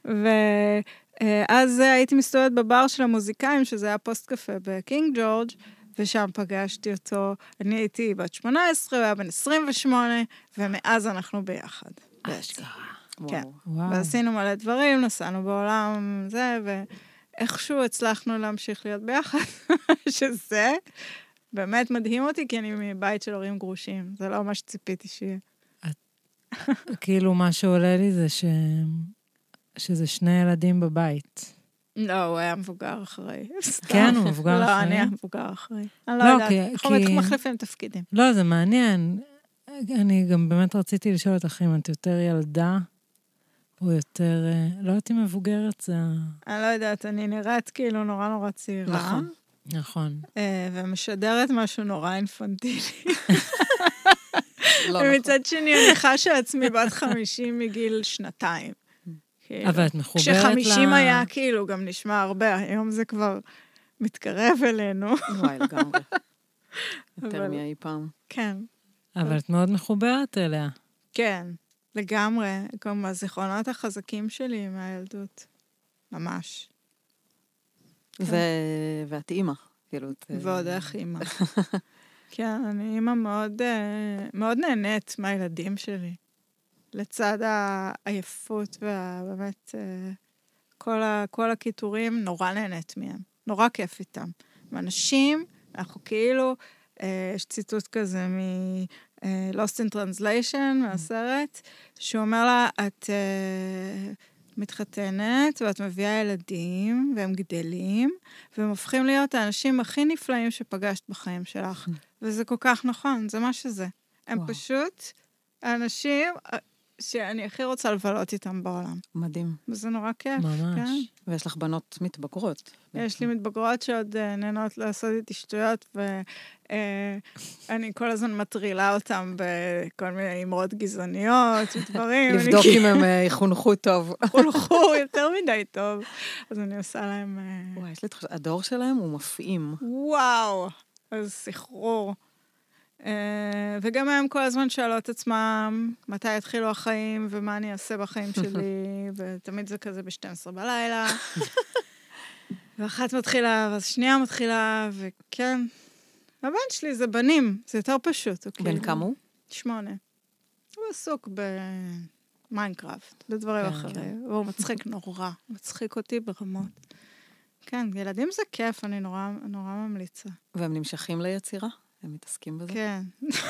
ואז הייתי מסתובבת בבר של המוזיקאים, שזה היה פוסט קפה בקינג ג'ורג', ושם פגשתי אותו. אני הייתי בת 18, הוא היה בן 28, ומאז אנחנו ביחד. אשכרה. כן, ועשינו מלא דברים, נסענו בעולם, זה, ואיכשהו הצלחנו להמשיך להיות ביחד, שזה באמת מדהים אותי, כי אני מבית של הורים גרושים, זה לא מה שציפיתי שיהיה. כאילו, מה שעולה לי זה שזה 2 ילדים בבית. לא, הוא היה מבוגר אחרי. כן, הוא מבוגר אחרי. לא, אני היה מבוגר אחרי. אני לא יודעת, אנחנו מחליפים תפקידים. לא, זה מעניין. אני גם באמת רציתי לשאול אותך אם את יותר ילדה, או יותר, לא יודעת אם מבוגרת, זה... אני לא יודעת, אני נראית כאילו נורא נורא צעירה. נכון. נכון. ומשדרת משהו נורא אינפנטילי. לא, ומצד שני, אני חשה עצמי בת 50 מגיל 2. אבל את מחוברת כש50 היה כאילו גם נשמע הרבה, היום זה כבר מתקרב אלינו. וואי, לגמרי. יותר מאי פעם. כן. אבל את מאוד מחוברת אליה. כן, לגמרי. כמו הזיכרונות החזקים שלי מהילדות. ממש. ואת אימא. ועוד איך אימא. כן, אני אימא מאוד נהנית מהילדים שלי. לצד העייפות ובאמת כל הכיתורים, נורא נהנית מהם. נורא כיף איתם. ואנשים, אנחנו כאילו, יש ציטוט כזה מ-Lost in Translation, מהסרט, שהוא אומר לה, את מתחתנת ואת מביאה ילדים, והם גדלים, והם הופכים להיות האנשים הכי נפלאים שפגשת בחיים שלך. וזה כל כך נכון, זה מה שזה. הם פשוט האנשים שאני הכי רוצה לבלות איתם בעולם. מדהים. וזה נורא כיף. ממש. כן? ויש לך בנות מתבגרות. יש לי מתבגרות שעוד נהנות לעשות איתי שטויות, ואני כל הזמן מטרילה אותם בכל מיני אמרות גזעניות ודברים. לבדוק אם הם חונכו טוב. חונכו יותר מדי טוב. אז אני עושה להם... וואי, יש לי תחושה, הדור שלהם הוא מפעים. וואו, אז סחרור. וגם הם כל הזמן שאלו את עצמם, מתי יתחילו החיים, ומה אני אעשה בחיים שלי, ותמיד זה כזה ב-12 בלילה. ואחת מתחילה, ואז שנייה מתחילה, וכן. הבן שלי זה בנים, זה יותר פשוט. בן כמה הוא? 8. הוא עסוק במיינקראפט, בדברים אחרים. והוא מצחיק נורא, מצחיק אותי ברמות. כן, ילדים זה כיף, אני נורא ממליצה. והם נמשכים ליצירה? הם מתעסקים בזה? כן.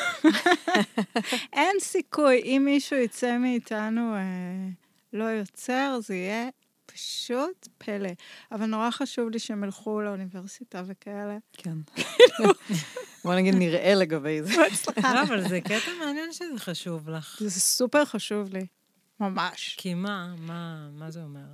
אין סיכוי, אם מישהו יצא מאיתנו לא יוצר, זה יהיה פשוט פלא. אבל נורא חשוב לי שהם ילכו לאוניברסיטה וכאלה. כן. בוא נגיד נראה לגבי זה. לא, אבל זה קטע מעניין שזה חשוב לך. זה סופר חשוב לי. ממש. כי מה זה אומר?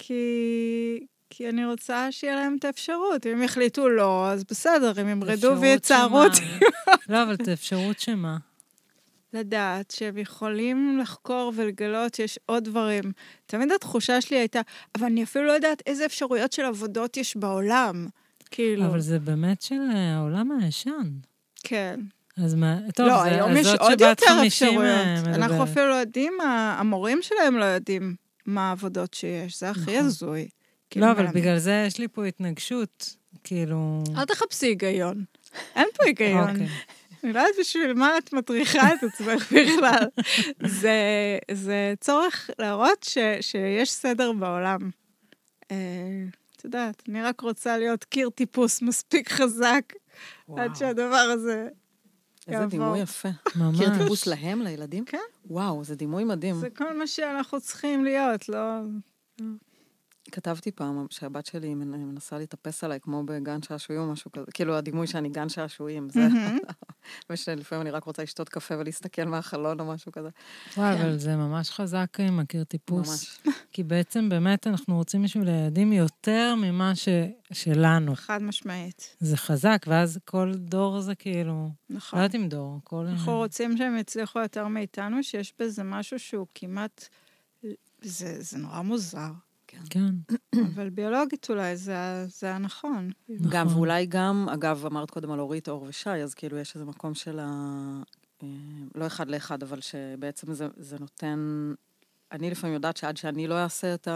כי אני רוצה שיהיה להם את האפשרות. אם יחליטו לא, אז בסדר, אם ימרדו ויצערו אותי. לא, אבל את האפשרות שמה? לדעת שהם יכולים לחקור ולגלות שיש עוד דברים. תמיד התחושה שלי הייתה, אבל אני אפילו לא יודעת איזה אפשרויות של עבודות יש בעולם. כאילו. אבל זה באמת של העולם הישן. כן. אז מה, טוב, לא, היום יש עוד יותר אפשרויות. אנחנו אפילו לא יודעים, המורים שלהם לא יודעים מה העבודות שיש. זה הכי הזוי. לא, אבל בגלל זה יש לי פה התנגשות, כאילו... אל תחפשי היגיון. אין פה היגיון. אני לא יודעת בשביל מה את מטריחה את עצמך בכלל. זה צורך להראות שיש סדר בעולם. את יודעת, אני רק רוצה להיות קיר טיפוס מספיק חזק, עד שהדבר הזה יעבור. איזה דימוי יפה. ממש. קיר טיפוס להם, לילדים? כן. וואו, זה דימוי מדהים. זה כל מה שאנחנו צריכים להיות, לא... כתבתי פעם שהבת שלי מנסה להתאפס עליי, כמו בגן שעשועים או משהו כזה. כאילו, הדימוי שאני גן שעשועים, זה... ושלפעמים אני רק רוצה לשתות קפה ולהסתכל מהחלון או משהו כזה. וואו, אבל זה ממש חזק עם הקיר טיפוס. ממש. כי בעצם באמת אנחנו רוצים בשביל הילדים יותר ממה שלנו. חד משמעית. זה חזק, ואז כל דור זה כאילו... נכון. לא יודעת אם דור, כל... אנחנו רוצים שהם יצליחו יותר מאיתנו, שיש בזה משהו שהוא כמעט... זה נורא מוזר. כן. אבל ביולוגית אולי זה הנכון. גם, ואולי גם, אגב, אמרת קודם על אורית, אור ושי, אז כאילו יש איזה מקום של לא אחד לאחד, אבל שבעצם זה נותן, אני לפעמים יודעת שעד שאני לא אעשה את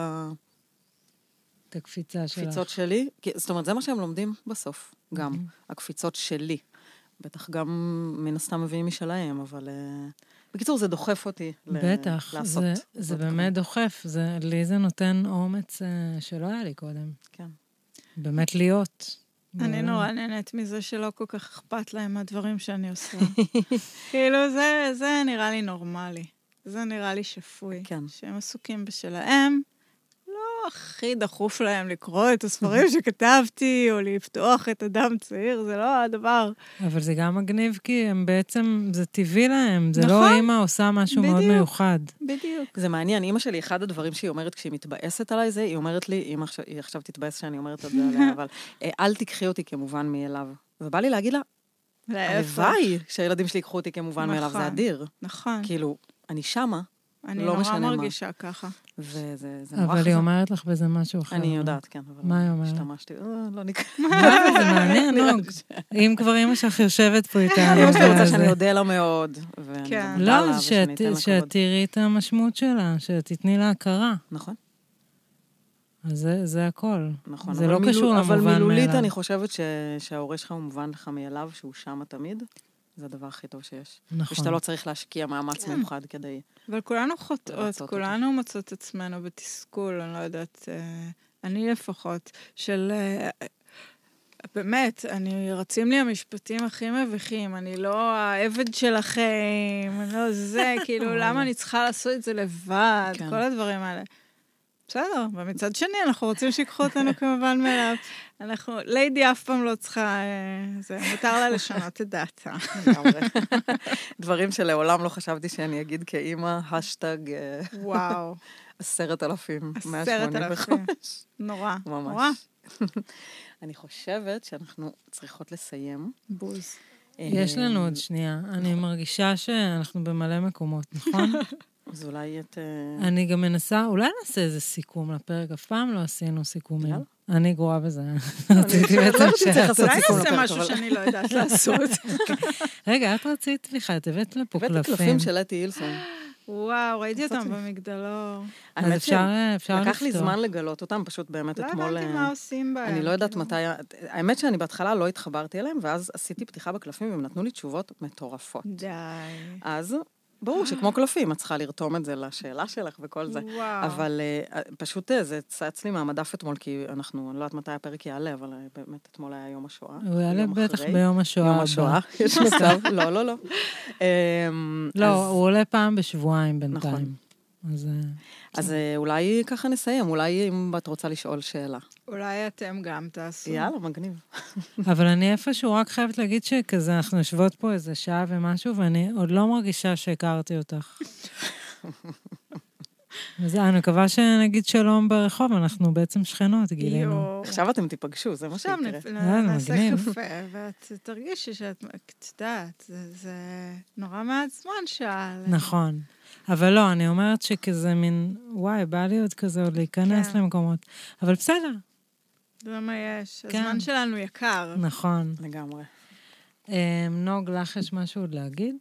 הקפיצות שלי, זאת אומרת, זה מה שהם לומדים בסוף, גם, הקפיצות שלי. בטח גם מן הסתם מביאים משלהם, אבל... בקיצור, זה דוחף אותי בטח, לעשות. זה באמת דוחף. לי זה נותן אומץ שלא היה לי קודם. כן. באמת להיות. אני נורא נהנית מזה שלא כל כך אכפת להם מהדברים שאני עושה. כאילו, זה נראה לי נורמלי. זה נראה לי שפוי. כן. שהם עסוקים בשלהם, הכי דחוף להם לקרוא את הספרים שכתבתי, או לפתוח את אדם צעיר, זה לא הדבר. אבל זה גם מגניב, כי הם בעצם, זה טבעי להם, זה נכון. לא אמא עושה משהו מאוד בדיוק. מיוחד. בדיוק. זה מעניין, אמא שלי, אחד הדברים שהיא אומרת כשהיא מתבאסת עליי זה, היא אומרת לי, היא עכשיו תתבאס שאני אומרת את זה עליה, אבל אל תקחי אותי כמובן מאליו. ובא לי להגיד לה, הלוואי שהילדים שלי ייקחו אותי כמובן מאליו, זה אדיר. נכון. כאילו, אני שמה, אני לא נורא משנה מה. מרגישה ככה. וזה נורא אבל היא חזק. אומרת לך בזה משהו אחר. אני יודעת, כן. אבל מה היא אומרת? השתמשתי, לא נקרא. זה מעניין, נוג. אם כבר אמא שלך יושבת פה איתנו. אמא שלי רוצה שאני אודה לה מאוד, ואני כן. גם מודה לא, לה, ושאני אתן לה שאת כבוד. תראי את המשמעות שלה, שתתני לה הכרה. נכון. אז זה הכל. נכון. זה לא קשור למובן אבל מילולית מאליו. אני חושבת שההורה שלך הוא מובן לך מאליו, שהוא שם תמיד. זה הדבר הכי טוב שיש. נכון. ושאתה לא צריך להשקיע מאמץ מיוחד כדי... אבל כולנו חוטאות, לעשות כולנו מוצאות עצמנו בתסכול, אני לא יודעת, אני לפחות, של... באמת, רצים לי המשפטים הכי מביכים, אני לא העבד שלכם, אני לא זה, כאילו, למה אני צריכה לעשות את זה לבד, כן. כל הדברים האלה. בסדר, ומצד שני, אנחנו רוצים שיקחו אותנו כמובן מאליו. ליידי אף פעם לא צריכה, זה מותר לה לשנות את דעתה. דברים שלעולם לא חשבתי שאני אגיד כאימא, השטג וואו. 10,185. נורא. ממש. אני חושבת שאנחנו צריכות לסיים. בוז. יש לנו עוד שנייה. אני מרגישה שאנחנו במלא מקומות, נכון? אז אולי את... אני גם מנסה, אולי נעשה איזה סיכום לפרק, אף פעם לא עשינו סיכומים. יאללה. אני גרועה בזה. רציתי בעצם אולי נעשה משהו שאני לא יודעת לעשות. רגע, את רצית, סליחה, את הבאת לפה קלפים. הבאתי קלפים של אתי אילסון. וואו, ראיתי אותם במגדלור. אז אפשר לפתוח. לקח לי זמן לגלות אותם, פשוט באמת לא אתמול... הבנתי מה עושים בהם. אני לא יודעת מתי... האמת שאני בהתחלה לא התחברתי אליהם, ואז עשיתי פתיחה בקלפים, והם נתנו לי תשובות מטורפות. די. אז ברור שכמו קלפים, את צריכה לרתום את זה לשאלה שלך וכל זה. וואו. אבל פשוט זה צץ לי מהמדף אתמול, כי אני לא יודעת מתי הפרק יעלה, אבל באמת אתמול היה יום השואה. הוא יעלה בטח אחרי. ביום השואה. יום השואה, יש מצב, לא. לא, הוא עולה פעם בשבועיים בינתיים. אז אולי ככה נסיים, אולי אם את רוצה לשאול שאלה. אולי אתם גם תעשו. יאללה, מגניב. אבל אני איפשהו רק חייבת להגיד שכזה, אנחנו יושבות פה איזה שעה ומשהו, ואני עוד לא מרגישה שהכרתי אותך. אני מקווה שנגיד שלום ברחוב, אנחנו בעצם שכנות, גילינו. עכשיו אתם תיפגשו, זה מה שיקרה. עכשיו נעשה קפה, ואת תרגישי שאת יודעת, זה נורא מעט זמן שעל... נכון. אבל לא, אני אומרת שכזה מין, וואי, בא לי עוד כזה עוד להיכנס למקומות. אבל בסדר. זה מה יש. הזמן שלנו יקר. נכון. לגמרי. נוג, לך יש משהו עוד להגיד?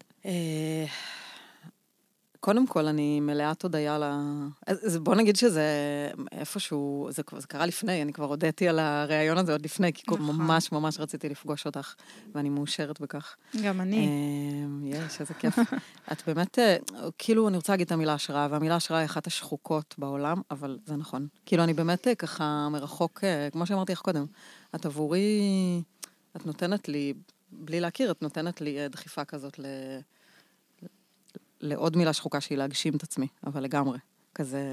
קודם כל, אני מלאת הודיה בוא נגיד שזה איפשהו, זה קרה לפני, אני כבר הודיתי על הרעיון הזה עוד לפני, כי ממש ממש רציתי לפגוש אותך, ואני מאושרת בכך. גם אני. יש, איזה כיף. את באמת, כאילו, אני רוצה להגיד את המילה השראה, והמילה השראה היא אחת השחוקות בעולם, אבל זה נכון. כאילו, אני באמת ככה מרחוק, כמו שאמרתי לך קודם, את עבורי, את נותנת לי, בלי להכיר, את נותנת לי דחיפה כזאת לעוד מילה שחוקה שהיא להגשים את עצמי, אבל לגמרי. כזה...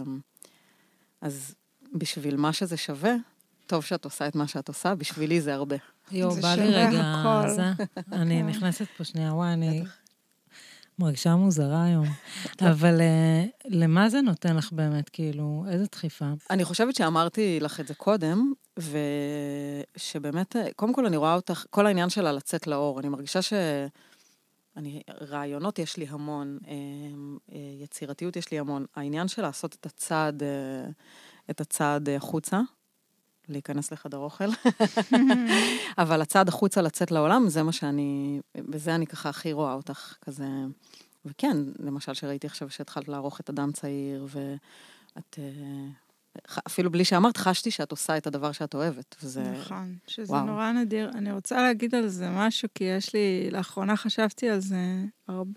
אז בשביל מה שזה שווה, טוב שאת עושה את מה שאת עושה, בשבילי זה הרבה. בא לי רגע, אני נכנסת פה שנייה, וואי, אני מרגישה מוזרה היום. אבל למה זה נותן לך באמת, כאילו, איזה דחיפה? אני חושבת שאמרתי לך את זה קודם, ושבאמת, קודם כל אני רואה אותך, כל העניין שלה לצאת לאור, אני מרגישה רעיונות יש לי המון, יצירתיות יש לי המון. העניין של לעשות את הצעד החוצה, להיכנס לחדר אוכל, אבל הצעד החוצה לצאת לעולם, זה מה בזה אני ככה הכי רואה אותך, כזה, וכן, למשל שראיתי עכשיו שהתחלת לערוך את אדם צעיר, ואת, אפילו בלי שאמרת, חשתי שאת עושה את הדבר שאת אוהבת, וזה... נכון, שזה נורא נדיר. אני רוצה להגיד על זה משהו, כי לאחרונה חשבתי על זה הרבה,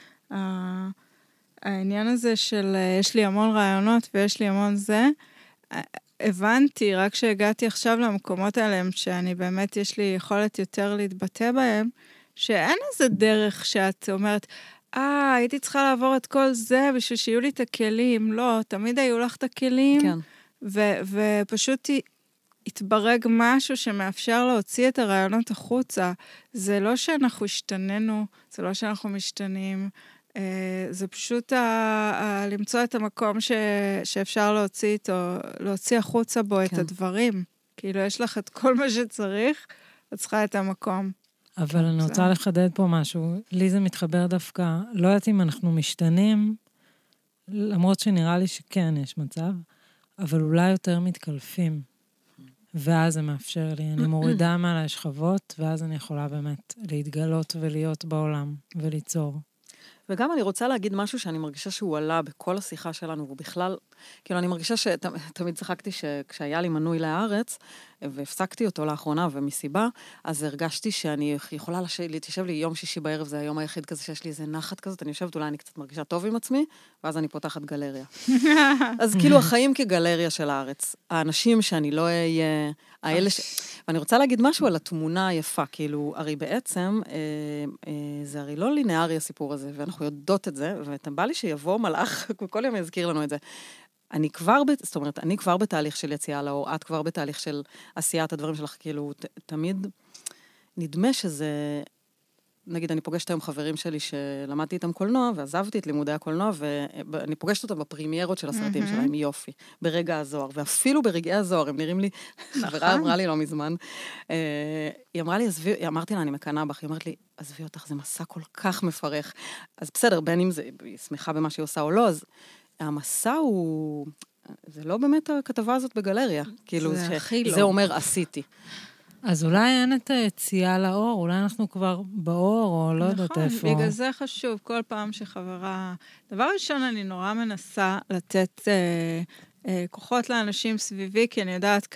העניין הזה של יש לי המון רעיונות ויש לי המון זה, הבנתי, רק שהגעתי עכשיו למקומות האלה, שאני באמת יש לי יכולת יותר להתבטא בהם, שאין איזה דרך שאת אומרת, הייתי צריכה לעבור את כל זה בשביל שיהיו לי את הכלים. לא, תמיד היו לך את הכלים, כן. ופשוט התברג משהו שמאפשר להוציא את הרעיונות החוצה. זה לא שאנחנו השתננו, זה לא שאנחנו משתנים, זה פשוט למצוא את המקום שאפשר להוציא איתו, להוציא החוצה בו את הדברים. כאילו, יש לך את כל מה שצריך, את צריכה את המקום. אבל אני רוצה לחדד פה משהו. לי זה מתחבר דווקא, לא יודעת אם אנחנו משתנים, למרות שנראה לי שכן יש מצב, אבל אולי יותר מתקלפים. ואז זה מאפשר לי. אני מורידה מעל השכבות, ואז אני יכולה באמת להתגלות ולהיות בעולם וליצור. וגם אני רוצה להגיד משהו שאני מרגישה שהוא עלה בכל השיחה שלנו, ובכלל, כאילו אני מרגישה שתמיד צחקתי שכשהיה לי מנוי לארץ, והפסקתי אותו לאחרונה, ומסיבה, אז הרגשתי שאני יכולה להתיישב לי יום שישי בערב, זה היום היחיד כזה שיש לי איזה נחת כזאת, אני יושבת, אולי אני קצת מרגישה טוב עם עצמי, ואז אני פותחת גלריה. אז כאילו החיים כגלריה של הארץ. האנשים שאני לא אהיה, ואני רוצה להגיד משהו על התמונה היפה, כאילו, הרי בעצם, זה הרי לא לינארי הסיפור הזה, ואנחנו יודעות את זה, ובא לי שיבוא מלאך, כל יום יזכיר לנו את זה. זאת אומרת, אני כבר בתהליך של יציאה לאור, את כבר בתהליך של עשיית הדברים שלך, כאילו, תמיד נדמה שזה, נגיד, אני פוגשת היום חברים שלי שלמדתי איתם קולנוע, ועזבתי את לימודי הקולנוע, ואני פוגשת אותם בפרימיירות של הסרטים שלהם, יופי, ברגע הזוהר, ואפילו ברגעי הזוהר, הם נראים לי, חברה אמרה לי לא מזמן, היא אמרה לי, אמרתי לה, אני מקנה בך, היא אמרת לי, עזבי אותך, זה מסע כל כך מפרך, אז בסדר, בין אם היא שמחה במה שהיא עושה או לא, אז המסע הוא, זה לא באמת הכתבה הזאת בגלריה, כאילו, זה אומר עשיתי. אז אולי אין את היציאה לאור, אולי אנחנו כבר באור, או לא יודעת איפה. נכון, בגלל זה חשוב, כל פעם שחברה... דבר ראשון, אני נורא מנסה לתת כוחות לאנשים סביבי, כי אני יודעת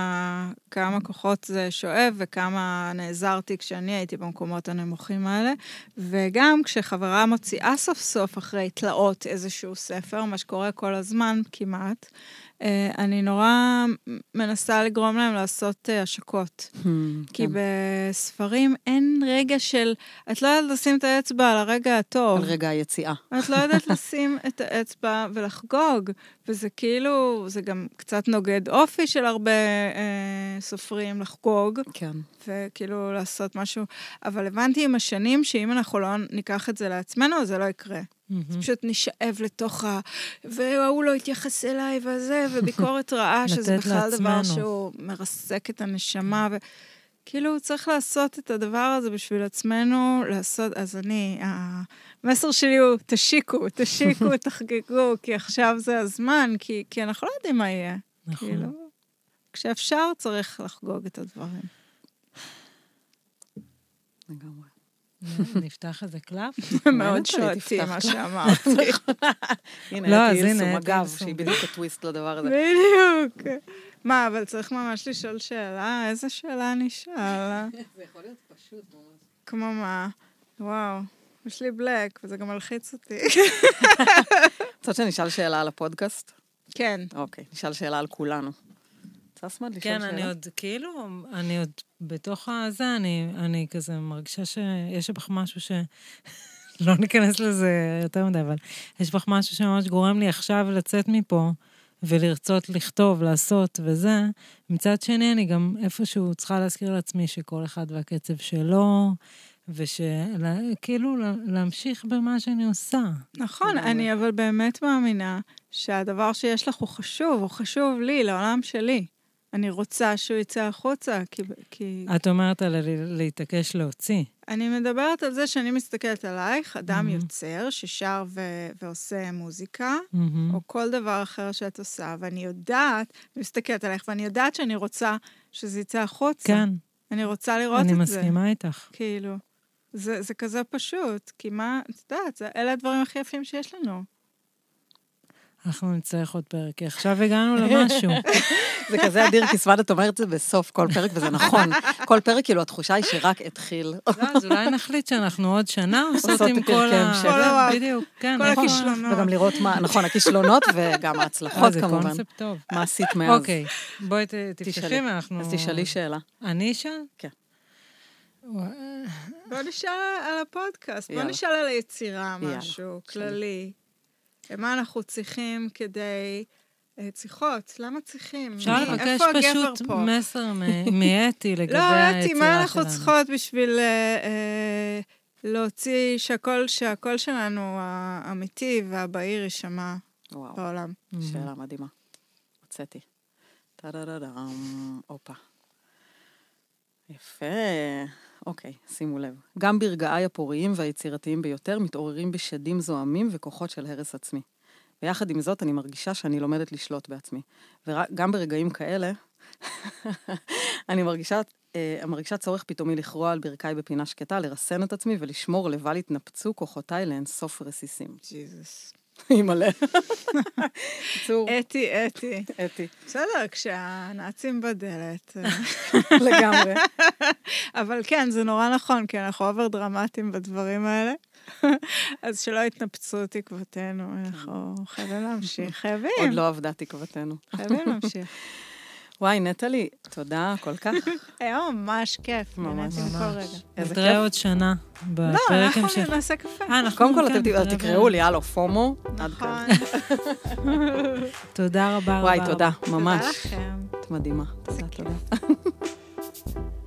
כמה כוחות זה שואב, וכמה נעזרתי כשאני הייתי במקומות הנמוכים האלה, וגם כשחברה מוציאה סוף סוף אחרי תלאות איזשהו ספר, מה שקורה כל הזמן כמעט, אני נורא מנסה לגרום להם לעשות השקות. כי בספרים אין רגע של, את לא יודעת לשים את האצבע על הרגע הטוב. על רגע היציאה. את לא יודעת לשים את האצבע ולחגוג, וזה כאילו, זה גם קצת נוגד אופי של הרבה סופרים לחגוג. כן. וכאילו לעשות משהו. אבל הבנתי עם השנים שאם אנחנו לא ניקח את זה לעצמנו, אז זה לא יקרה. פשוט נשאב לתוך והוא לא התייחס אליי וזה, וביקורת רעה, שזה בכלל דבר שהוא מרסק את הנשמה, וכאילו צריך לעשות את הדבר הזה בשביל עצמנו, אז המסר שלי הוא, תשיקו, תחגגו, כי עכשיו זה הזמן, כי אנחנו לא יודעים מה יהיה. כאילו, כשאפשר צריך לחגוג את הדברים. לגמרי. נפתח איזה קלף? מאוד שואתי מה שאמרתי. הנה, הייתי מגב, שהיא בדיוק הטוויסט לדבר הזה. בדיוק. מה, אבל צריך ממש לשאול שאלה? איזה שאלה נשאל? זה יכול להיות פשוט. כמו מה? וואו, יש לי בלק, וזה גם מלחיץ אותי. רוצה שנשאל שאלה על הפודקאסט? כן. אוקיי, נשאל שאלה על כולנו. צסמד, לשאול שאלה? כן, אני עוד, כאילו, אני עוד בתוך הזה, אני כזה מרגישה שיש בך משהו לא ניכנס לזה יותר מדי, אבל יש בך משהו שממש גורם לי עכשיו לצאת מפה, ולרצות לכתוב, לעשות וזה. מצד שני, אני גם איפשהו צריכה להזכיר לעצמי שכל אחד והקצב שלו, וכאילו להמשיך במה שאני עושה. נכון, אני אבל באמת מאמינה שהדבר שיש לך הוא חשוב לי, לעולם שלי. אני רוצה שהוא יצא החוצה, כי... את אומרת על להתעקש להוציא. אני מדברת על זה שאני מסתכלת עלייך, אדם יוצר ששר ועושה מוזיקה, או כל דבר אחר שאת עושה, ואני יודעת, אני מסתכלת עלייך, ואני יודעת שאני רוצה שזה יצא החוצה. כן. אני רוצה לראות את זה. אני מסכימה איתך. כאילו, זה כזה פשוט, כי מה, את יודעת, אלה הדברים הכי יפים שיש לנו. אנחנו נצטרך עוד פרק, כי עכשיו הגענו למשהו. זה כזה אדיר, כי סמד את אומרת את זה בסוף כל פרק, וזה נכון. כל פרק, כאילו, התחושה היא שרק התחיל. לא, אז אולי נחליט שאנחנו עוד שנה עושות עם כל בדיוק, כן, כל הכישלונות. וגם לראות מה, נכון, הכישלונות וגם ההצלחות, כמובן. זה קונספט טוב. מה עשית מאז? אוקיי, בואי תפתחי, ואנחנו... אז תשאלי שאלה. אני אשאל? כן. בוא נשאל על הפודקאסט, בוא נשאל על היצירה משהו כללי. מה אנחנו צריכים כדי צריכות, למה צריכים? אפשר לבקש פשוט מסר מאתי לגבי היצירה שלנו. לא, אתי, מה אנחנו צריכות בשביל להוציא שהקול שלנו האמיתי והבהיר יישמע בעולם? שאלה מדהימה. הוצאתי. טה-דה-דה-דם. אופה. יפה. אוקיי, שימו לב. גם ברגעי הפוריים והיצירתיים ביותר מתעוררים בשדים זוהמים וכוחות של הרס עצמי. ויחד עם זאת אני מרגישה שאני לומדת לשלוט בעצמי. וגם ברגעים כאלה, אני מרגישה צורך פתאומי לכרוע על ברכיי בפינה שקטה, לרסן את עצמי ולשמור לבל יתנפצו כוחותיי לאינסוף רסיסים. ג'יזוס. היא מלא. אתי. אתי. בסדר, כשהנאצים בדלת. לגמרי. אבל כן, זה נורא נכון, כי אנחנו אובר דרמטיים בדברים האלה. אז שלא יתנפצו תקוותנו, אנחנו חייבים להמשיך, חייבים. עוד לא עבדה תקוותנו. חייבים להמשיך. וואי, נטלי, תודה כל כך. היה ממש כיף. ממש. נתראה עוד שנה. לא, אנחנו נעשה קפה. קודם כל, תקראו לי, הלו, פומו. נכון. תודה רבה. וואי, תודה, ממש. תודה לכם. את מדהימה. תודה.